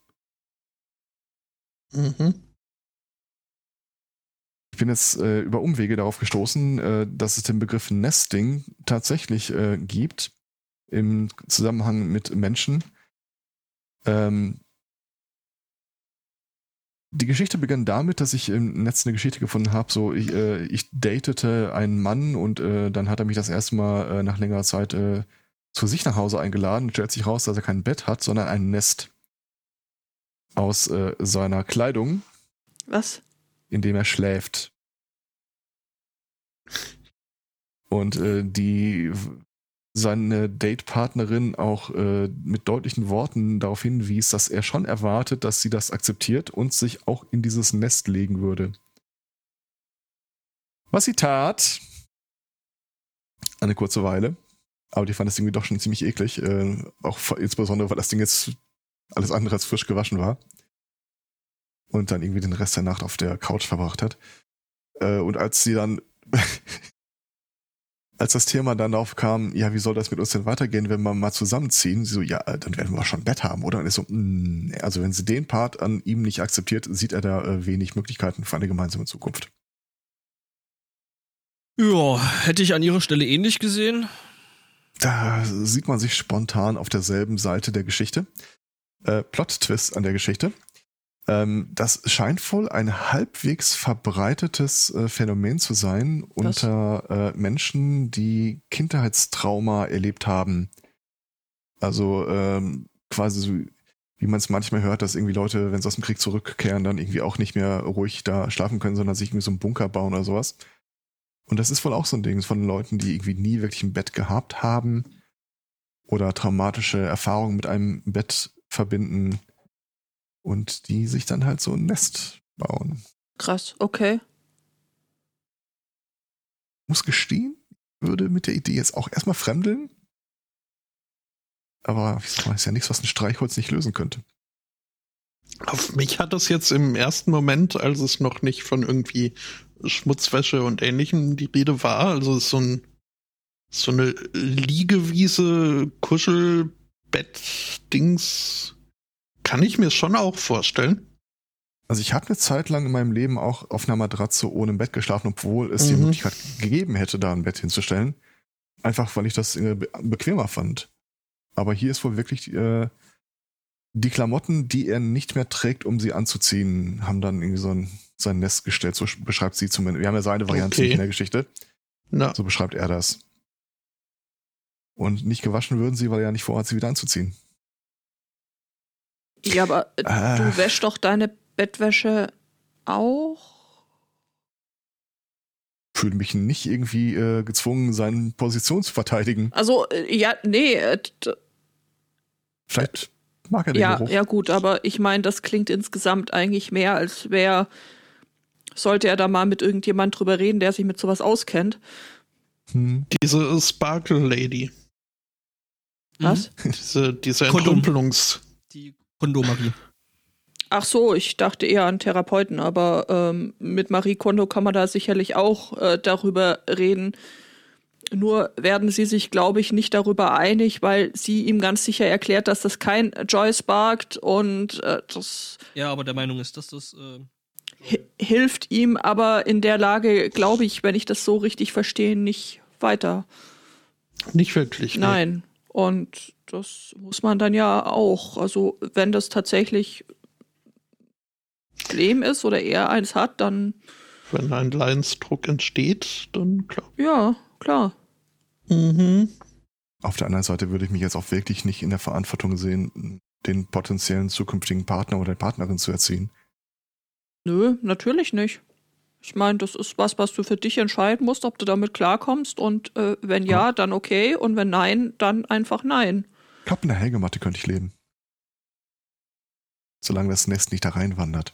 Speaker 3: Ich bin jetzt über Umwege darauf gestoßen, dass es den Begriff Nesting tatsächlich gibt im Zusammenhang mit Menschen. Die Geschichte begann damit, dass ich im Netz eine Geschichte gefunden habe, so ich datete einen Mann und dann hat er mich das erste Mal nach längerer Zeit zu sich nach Hause eingeladen. Stellt sich raus, dass er kein Bett hat, sondern ein Nest aus seiner Kleidung.
Speaker 4: Was?
Speaker 3: In dem er schläft. Und seine Datepartnerin auch mit deutlichen Worten darauf hinwies, dass er schon erwartet, dass sie das akzeptiert und sich auch in dieses Nest legen würde. Was sie tat, eine kurze Weile, aber die fand das irgendwie doch schon ziemlich eklig, auch insbesondere, weil das Ding jetzt alles andere als frisch gewaschen war und dann irgendwie den Rest der Nacht auf der Couch verbracht hat. Und als sie dann als das Thema dann aufkam, ja, wie soll das mit uns denn weitergehen, wenn wir mal zusammenziehen? Sie so, ja, dann werden wir schon ein Bett haben, oder? Und ich so, also wenn sie den Part an ihm nicht akzeptiert, sieht er da wenig Möglichkeiten für eine gemeinsame Zukunft.
Speaker 2: Ja, hätte ich an ihrer Stelle ähnlich gesehen.
Speaker 3: Da sieht man sich spontan auf derselben Seite der Geschichte. Plot-Twist an der Geschichte. Das scheint wohl ein halbwegs verbreitetes Phänomen zu sein unter Menschen, die Kindheitstrauma erlebt haben. Also quasi so, wie man es manchmal hört, dass irgendwie Leute, wenn sie aus dem Krieg zurückkehren, dann irgendwie auch nicht mehr ruhig da schlafen können, sondern sich irgendwie so einen Bunker bauen oder sowas. Und das ist wohl auch so ein Ding von Leuten, die irgendwie nie wirklich ein Bett gehabt haben oder traumatische Erfahrungen mit einem Bett verbinden. Und die sich dann halt so ein Nest bauen.
Speaker 4: Krass, okay.
Speaker 3: Muss gestehen, würde mit der Idee jetzt auch erstmal fremdeln. Aber ist ja nichts, was ein Streichholz nicht lösen könnte.
Speaker 1: Auf mich hat das jetzt im ersten Moment, als es noch nicht von irgendwie Schmutzwäsche und Ähnlichem die Rede war, also so eine Liegewiese, Kuschelbett-Dings, kann ich mir schon auch vorstellen.
Speaker 3: Also ich habe eine Zeit lang in meinem Leben auch auf einer Matratze ohne Bett geschlafen, obwohl es die Möglichkeit gegeben hätte, da ein Bett hinzustellen. Einfach, weil ich das bequemer fand. Aber hier ist wohl wirklich die Klamotten, die er nicht mehr trägt, um sie anzuziehen, haben dann irgendwie sein Nest gestellt. So beschreibt sie zumindest. Wir haben ja seine Variante in der Geschichte.
Speaker 1: Na.
Speaker 3: So beschreibt er das. Und nicht gewaschen würden sie, weil er ja nicht vorhat, sie wieder anzuziehen.
Speaker 4: Ja, aber du wäschst doch deine Bettwäsche auch?
Speaker 3: Fühle mich nicht irgendwie gezwungen, seine Position zu verteidigen.
Speaker 4: Also, ja, nee.
Speaker 3: Vielleicht mag er den Geruch.
Speaker 4: Ja, gut, aber ich meine, das klingt insgesamt eigentlich mehr, als sollte er da mal mit irgendjemand drüber reden, der sich mit sowas auskennt.
Speaker 1: Diese Sparkle Lady.
Speaker 4: Was?
Speaker 1: Diese
Speaker 2: Kondom.
Speaker 1: Entrümpelungs...
Speaker 2: Die Kondomarie.
Speaker 4: Ach so, ich dachte eher an Therapeuten, aber mit Marie Kondo kann man da sicherlich auch darüber reden. Nur werden sie sich, glaube ich, nicht darüber einig, weil sie ihm ganz sicher erklärt, dass das kein Joy sparkt und das
Speaker 2: Ja, aber der Meinung ist, dass das...
Speaker 4: hilft ihm aber in der Lage, glaube ich, wenn ich das so richtig verstehe, nicht weiter.
Speaker 1: Nicht wirklich. Nee.
Speaker 4: Nein. Und das muss man dann ja auch. Also, wenn das tatsächlich Problem ist oder er eins hat, dann
Speaker 1: Wenn ein Leidensdruck entsteht, dann klar.
Speaker 4: ja, klar.
Speaker 1: Mhm.
Speaker 3: Auf der anderen Seite würde ich mich jetzt auch wirklich nicht in der Verantwortung sehen, den potenziellen zukünftigen Partner oder Partnerin zu erziehen.
Speaker 4: Nö, natürlich nicht. Ich meine, das ist was du für dich entscheiden musst, ob du damit klarkommst. Und wenn ja, dann okay. Und wenn nein, dann einfach nein.
Speaker 3: Ich glaube, in der Hängematte könnte ich leben. Solange das Nest nicht da reinwandert.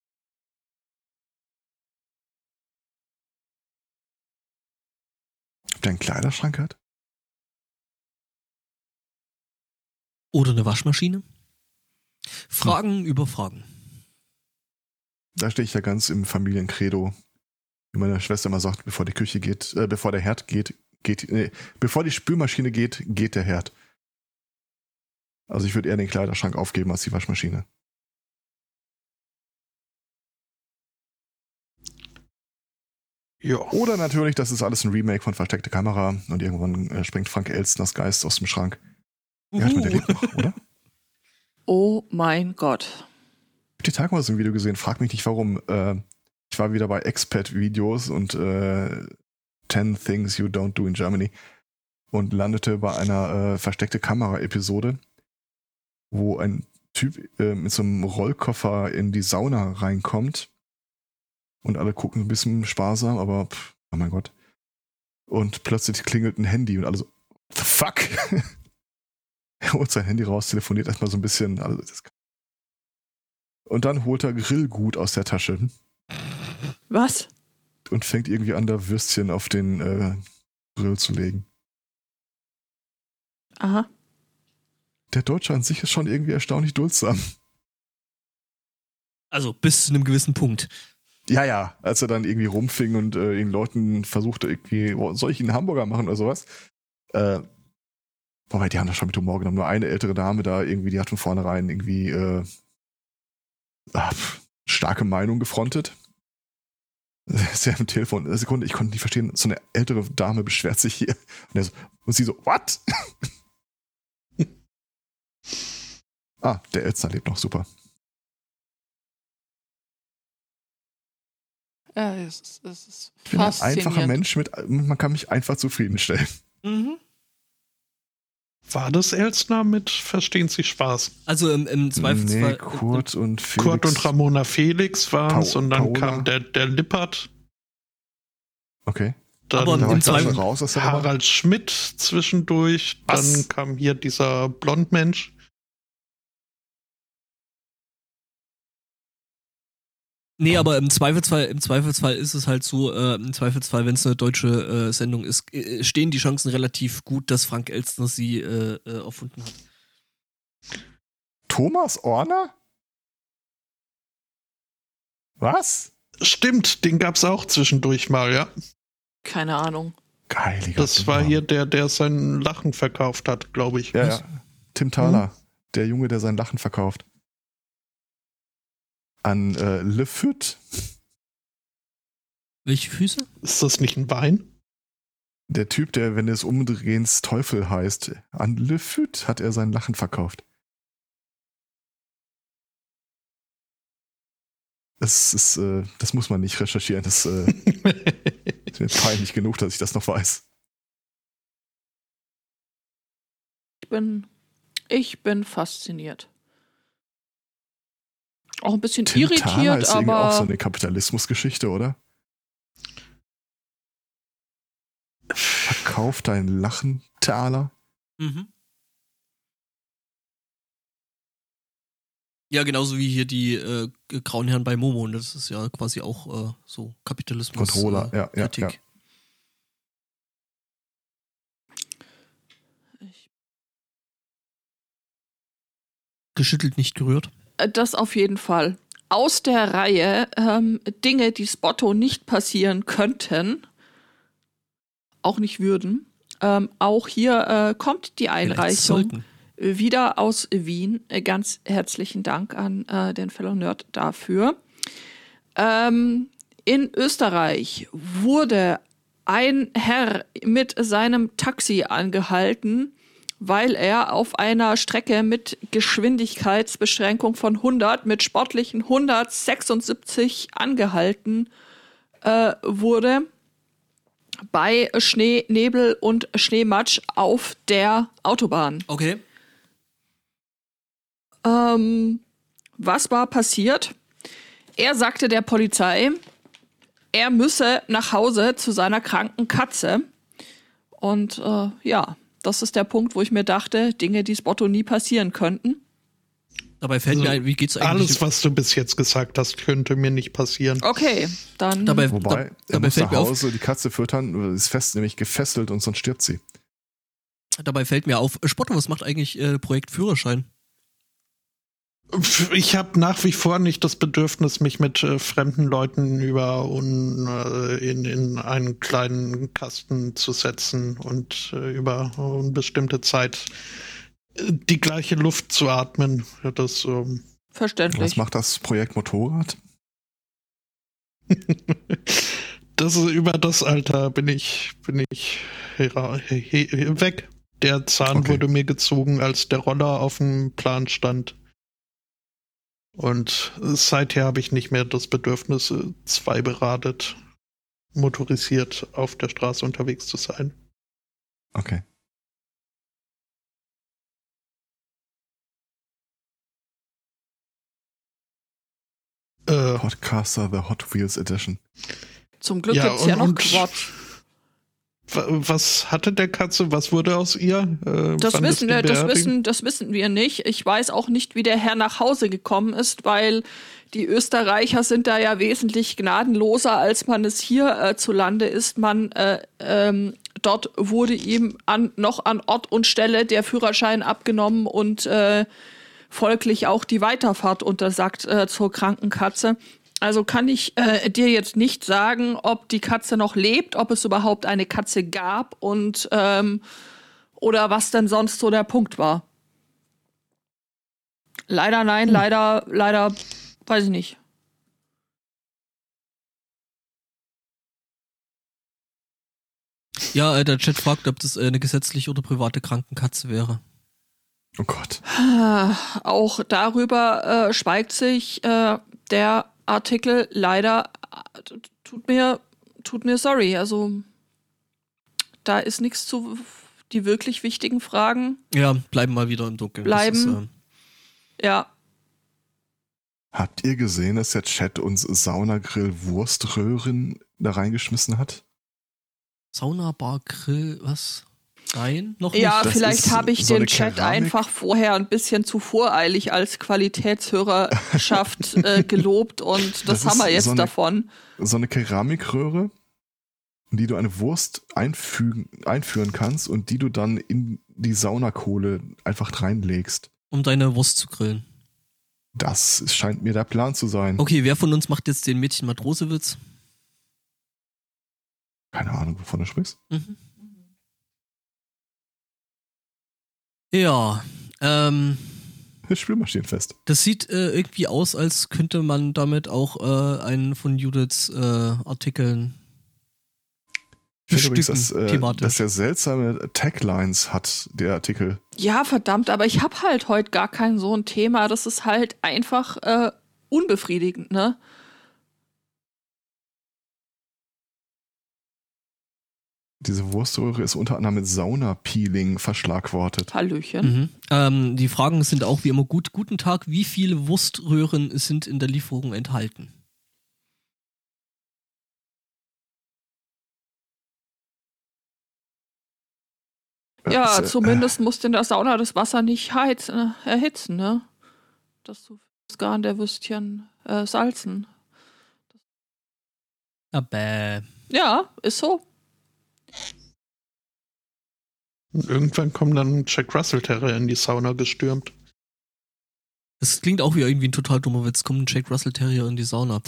Speaker 3: Ob der einen Kleiderschrank hat?
Speaker 2: Oder eine Waschmaschine? Fragen über Fragen.
Speaker 3: Da stehe ich ja ganz im Familiencredo. Wie meine Schwester immer sagt, bevor die Küche geht, bevor der Herd geht, bevor die Spülmaschine geht, geht der Herd. Also ich würde eher den Kleiderschrank aufgeben als die Waschmaschine.
Speaker 1: Ja.
Speaker 3: Oder natürlich, das ist alles ein Remake von Versteckte Kamera und irgendwann springt Frank Elstners Geist aus dem Schrank. Ja, der lebt noch, oder?
Speaker 4: Oh mein Gott.
Speaker 3: Ich habe die Tage mal so ein Video gesehen, frag mich nicht warum. Ich war wieder bei Expat-Videos und 10 Things You Don't Do in Germany und landete bei einer Versteckte Kamera-Episode, wo ein Typ mit so einem Rollkoffer in die Sauna reinkommt und alle gucken ein bisschen sparsam, aber oh mein Gott. Und plötzlich klingelt ein Handy und alle so, what the fuck? Er holt sein Handy raus, telefoniert erstmal so ein bisschen. Und dann holt er Grillgut aus der Tasche.
Speaker 4: Was?
Speaker 3: Und fängt irgendwie an, da Würstchen auf den Grill zu legen.
Speaker 4: Aha.
Speaker 3: Der Deutsche an sich ist schon irgendwie erstaunlich duldsam.
Speaker 2: Also bis zu einem gewissen Punkt.
Speaker 3: Ja, als er dann irgendwie rumfing und den Leuten versuchte, irgendwie, soll ich einen Hamburger machen oder sowas? Wobei, die haben das schon mit Humor genommen. Nur eine ältere Dame da irgendwie, die hat von vornherein irgendwie starke Meinung gefrontet. Sie hat am Telefon, eine Sekunde, ich konnte nicht verstehen, so eine ältere Dame beschwert sich hier. Und sie so, what? Der Elstner lebt noch, super.
Speaker 4: Ja, es ist
Speaker 3: Ich bin ein
Speaker 4: faszinierend.
Speaker 3: einfacher Mensch, man kann mich einfach zufriedenstellen.
Speaker 2: Mhm.
Speaker 1: War das Elstner mit Verstehen Sie Spaß?
Speaker 2: Also im Zweifelsfall.
Speaker 3: Nee, Kurt und Felix.
Speaker 1: Kurt und Ramona Felix waren es und dann
Speaker 3: Paola.
Speaker 1: kam der Lippert.
Speaker 3: Okay.
Speaker 1: Dann
Speaker 2: Aber
Speaker 3: Da war
Speaker 2: im
Speaker 3: ich da schon
Speaker 2: Zweifel
Speaker 3: raus aus der Nummer.
Speaker 1: Harald Schmidt zwischendurch.
Speaker 3: Was?
Speaker 1: Dann kam hier dieser Blondmensch.
Speaker 2: Nee, aber im Zweifelsfall ist es halt so, im Zweifelsfall, wenn es eine deutsche Sendung ist, stehen die Chancen relativ gut, dass Frank Elstner sie erfunden hat.
Speaker 3: Thomas Orner? Was?
Speaker 1: Stimmt, den gab's auch zwischendurch mal, ja.
Speaker 4: Keine Ahnung.
Speaker 3: Heiliger
Speaker 1: Das war hier der sein Lachen verkauft hat, glaube ich.
Speaker 3: Ja. Tim Thaler, der Junge, der sein Lachen verkauft. An Le Fut,
Speaker 2: Welche Füße?
Speaker 1: Ist das nicht ein Wein?
Speaker 3: der Typ, der, wenn es umdrehens Teufel heißt, an Le Fut hat er sein Lachen verkauft. Das muss man nicht recherchieren. Das ist mir peinlich genug, dass ich das noch weiß.
Speaker 4: Ich bin fasziniert. Auch ein bisschen
Speaker 3: Tim Thaler
Speaker 4: irritiert,
Speaker 3: ist irgendwie auch so
Speaker 4: aber
Speaker 3: eine Kapitalismusgeschichte, oder? Verkauf dein Lachen, Thaler.
Speaker 2: Mhm. Ja, genauso wie hier die grauen Herren bei Momo. Und das ist ja quasi auch so Kapitalismus.
Speaker 3: Controller, ja.
Speaker 2: Kritik. Geschüttelt, nicht gerührt.
Speaker 4: Das auf jeden Fall. Aus der Reihe Dinge, die Spotto nicht passieren könnten, auch nicht würden. Auch hier kommt die Einreichung wieder aus Wien. Ganz herzlichen Dank an den Fellow Nerd dafür. In Österreich wurde ein Herr mit seinem Taxi angehalten, weil er auf einer Strecke mit Geschwindigkeitsbeschränkung von 100 mit sportlichen 176 angehalten wurde bei Schnee, Nebel und Schneematsch auf der Autobahn.
Speaker 2: Okay.
Speaker 4: Was war passiert? Er sagte der Polizei, er müsse nach Hause zu seiner kranken Katze. Und das ist der Punkt, wo ich mir dachte, Dinge, die Spotto nie passieren könnten.
Speaker 2: Dabei fällt mir ein, wie geht's eigentlich?
Speaker 1: Alles, was du bis jetzt gesagt hast, könnte mir nicht passieren.
Speaker 4: Okay, dann...
Speaker 3: Wobei, er muss
Speaker 2: fällt
Speaker 3: nach Hause die Katze füttern, ist fest nämlich gefesselt und sonst stirbt sie.
Speaker 2: Dabei fällt mir auf, Spotto, was macht eigentlich Projekt Führerschein?
Speaker 1: Ich habe nach wie vor nicht das Bedürfnis, mich mit fremden Leuten in einen kleinen Kasten zu setzen und über eine bestimmte Zeit die gleiche Luft zu atmen. Das
Speaker 4: verständlich.
Speaker 3: Was macht das Projekt Motorrad?
Speaker 1: Über das Alter bin ich weg. Der Zahn wurde mir gezogen, als der Roller auf dem Plan stand. Und seither habe ich nicht mehr das Bedürfnis, zweiberadet, motorisiert auf der Straße unterwegs zu sein.
Speaker 3: Okay. Podcaster The Hot Wheels Edition.
Speaker 4: Zum Glück gibt's ja noch Quad.
Speaker 1: Was hatte der Katze? Was wurde aus ihr?
Speaker 4: Das wissen wir nicht. Ich weiß auch nicht, wie der Herr nach Hause gekommen ist, weil die Österreicher sind da ja wesentlich gnadenloser, als man es hier zu Lande ist. Dort wurde ihm noch an Ort und Stelle der Führerschein abgenommen und folglich auch die Weiterfahrt untersagt zur kranken Katze. Also kann ich dir jetzt nicht sagen, ob die Katze noch lebt, ob es überhaupt eine Katze gab und oder was denn sonst so der Punkt war. Leider nein, leider weiß ich nicht.
Speaker 2: Ja, der Chat fragt, ob das eine gesetzliche oder private Krankenkatze wäre.
Speaker 3: Oh Gott.
Speaker 4: Auch darüber schweigt sich der Artikel leider. Tut mir sorry. Also da ist nichts zu die wirklich wichtigen Fragen.
Speaker 2: Ja, bleiben mal wieder im Dunkeln.
Speaker 4: Ja.
Speaker 3: Habt ihr gesehen, dass der Chat uns Saunagrill Wurströhren da reingeschmissen hat?
Speaker 2: Saunabar Grill, was? Nein, noch nicht.
Speaker 4: Ja,
Speaker 3: Das
Speaker 4: vielleicht habe ich
Speaker 3: so
Speaker 4: den
Speaker 3: eine
Speaker 4: Chat
Speaker 3: Keramik.
Speaker 4: einfach vorher ein bisschen zu voreilig als Qualitätshörerschaft gelobt und das haben wir jetzt davon.
Speaker 3: So eine Keramikröhre, in die du eine Wurst einführen kannst und die du dann in die Saunakohle einfach reinlegst.
Speaker 2: Um deine Wurst zu grillen.
Speaker 3: Das scheint mir der Plan zu sein.
Speaker 2: Okay, wer von uns macht jetzt den Mädchen-Matrose-Witz?
Speaker 3: Keine Ahnung, wovon du sprichst.
Speaker 2: Mhm. Ja,
Speaker 3: Spülmaschinenfest.
Speaker 2: das sieht irgendwie aus, als könnte man damit auch einen von Judiths Artikeln
Speaker 3: Ich finde
Speaker 2: bestücken,
Speaker 3: übrigens,
Speaker 2: thematisch.
Speaker 3: dass er seltsame Taglines hat, der Artikel.
Speaker 4: Ja, verdammt, aber ich habe halt heute gar kein so ein Thema. Das ist halt einfach unbefriedigend, ne?
Speaker 3: Diese Wurströhre ist unter anderem mit Saunapeeling verschlagwortet.
Speaker 4: Hallöchen.
Speaker 2: Die Fragen sind auch wie immer gut. Guten Tag, wie viele Wurströhren sind in der Lieferung enthalten?
Speaker 4: Ja, zumindest musst du in der Sauna das Wasser nicht erhitzen, ne? Dass du das Garn der Würstchen salzen.
Speaker 2: Aber
Speaker 4: Ja, ist so.
Speaker 1: Und irgendwann kommt dann Jack Russell Terrier in die Sauna gestürmt.
Speaker 2: Das klingt auch wie irgendwie ein total dummer Witz. Kommt ein Jack Russell Terrier in die Sauna.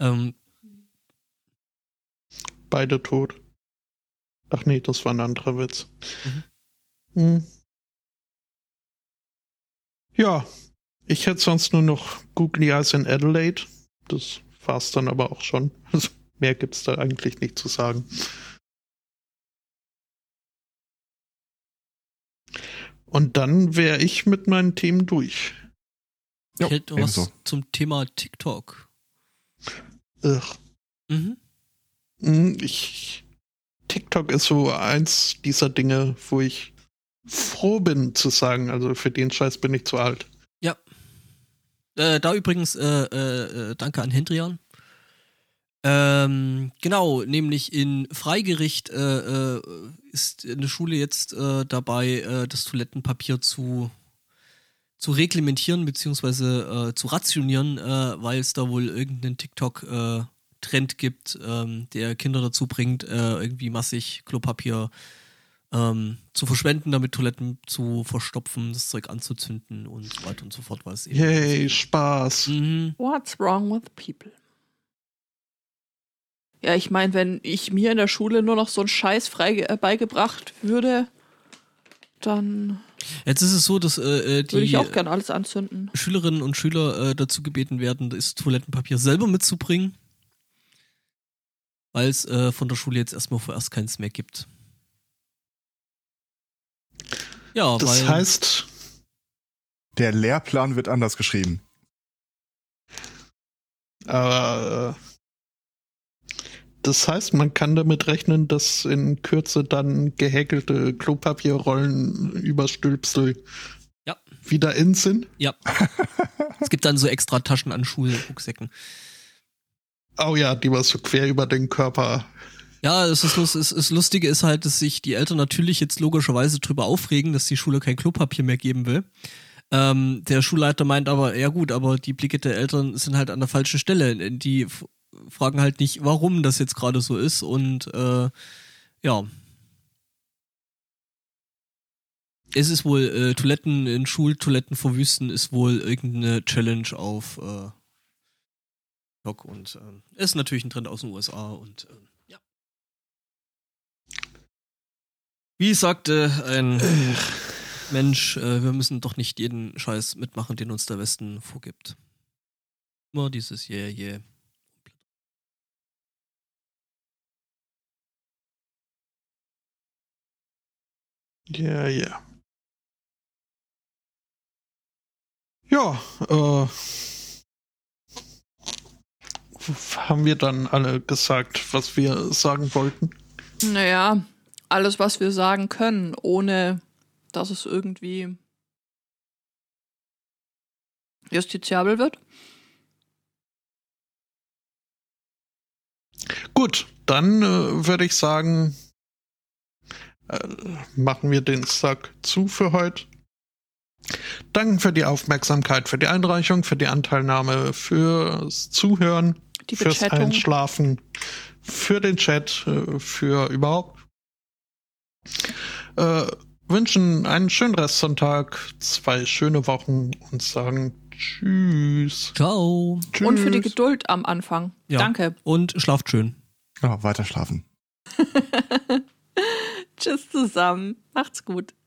Speaker 1: Beide tot. Ach nee, das war ein anderer Witz. Ja, ich hätte sonst nur noch Googly Eyes in Adelaide. Das war's dann aber auch schon. Also, mehr gibt's da eigentlich nicht zu sagen. Und dann wäre ich mit meinen Themen durch.
Speaker 3: Jo,
Speaker 2: Hält noch was
Speaker 3: ebenso.
Speaker 2: zum Thema TikTok.
Speaker 1: Ugh. TikTok ist so eins dieser Dinge, wo ich froh bin zu sagen, also für den Scheiß bin ich zu alt.
Speaker 2: Ja. Da übrigens danke an Hendrian. Genau, nämlich in Freigericht ist eine Schule jetzt dabei, das Toilettenpapier zu reglementieren beziehungsweise zu rationieren, weil es da wohl irgendeinen TikTok-Trend gibt, der Kinder dazu bringt, irgendwie massig Klopapier zu verschwenden, damit Toiletten zu verstopfen, das Zeug anzuzünden und so weiter und so fort. Weil es eben
Speaker 1: Yay, Spaß.
Speaker 4: What's wrong with people? Ja, ich meine, wenn ich mir in der Schule nur noch so einen Scheiß beigebracht würde, dann
Speaker 2: Jetzt ist es so, dass
Speaker 4: würde ich auch gerne alles anzünden.
Speaker 2: Schülerinnen und Schüler dazu gebeten werden, das Toilettenpapier selber mitzubringen, weil es von der Schule jetzt erstmal vorerst keins mehr gibt. Ja,
Speaker 1: Das heißt,
Speaker 3: Der Lehrplan wird anders geschrieben.
Speaker 1: das heißt, man kann damit rechnen, dass in Kürze dann gehäkelte Klopapierrollen überstülpsel
Speaker 2: Ja.
Speaker 1: wieder in sind.
Speaker 2: Ja. Es gibt dann so extra Taschen an Schulrucksäcken.
Speaker 1: Oh ja, die war so quer über den Körper.
Speaker 2: Ja, das Lustige ist halt, dass sich die Eltern natürlich jetzt logischerweise drüber aufregen, dass die Schule kein Klopapier mehr geben will. Der Schulleiter meint aber, ja gut, aber die Blicke der Eltern sind halt an der falschen Stelle. Die fragen halt nicht, warum das jetzt gerade so ist und ja. Es ist wohl, Toiletten in Schultoiletten verwüsten ist wohl irgendeine Challenge auf TikTok und ist natürlich ein Trend aus den USA und ja. Wie sagte ein Mensch, wir müssen doch nicht jeden Scheiß mitmachen, den uns der Westen vorgibt. Immer dieses Yeah.
Speaker 1: Ja, ja. Ja, haben wir dann alle gesagt, was wir sagen wollten?
Speaker 4: Naja, alles, was wir sagen können, ohne dass es irgendwie justiziabel wird.
Speaker 1: Gut, dann würde ich sagen, machen wir den Sack zu für heute. Danke für die Aufmerksamkeit, für die Einreichung, für die Anteilnahme, fürs Zuhören,
Speaker 4: Die
Speaker 1: fürs
Speaker 4: Bechattung.
Speaker 1: Einschlafen, für den Chat, für überhaupt. Wünschen einen schönen Restsonntag, 2 schöne Wochen und sagen Tschüss.
Speaker 2: Ciao.
Speaker 3: Tschüss.
Speaker 4: Und für die Geduld am Anfang.
Speaker 2: Ja.
Speaker 4: Danke.
Speaker 2: Und schlaft schön.
Speaker 3: Ja, weiter schlafen.
Speaker 4: Tschüss zusammen. Macht's gut.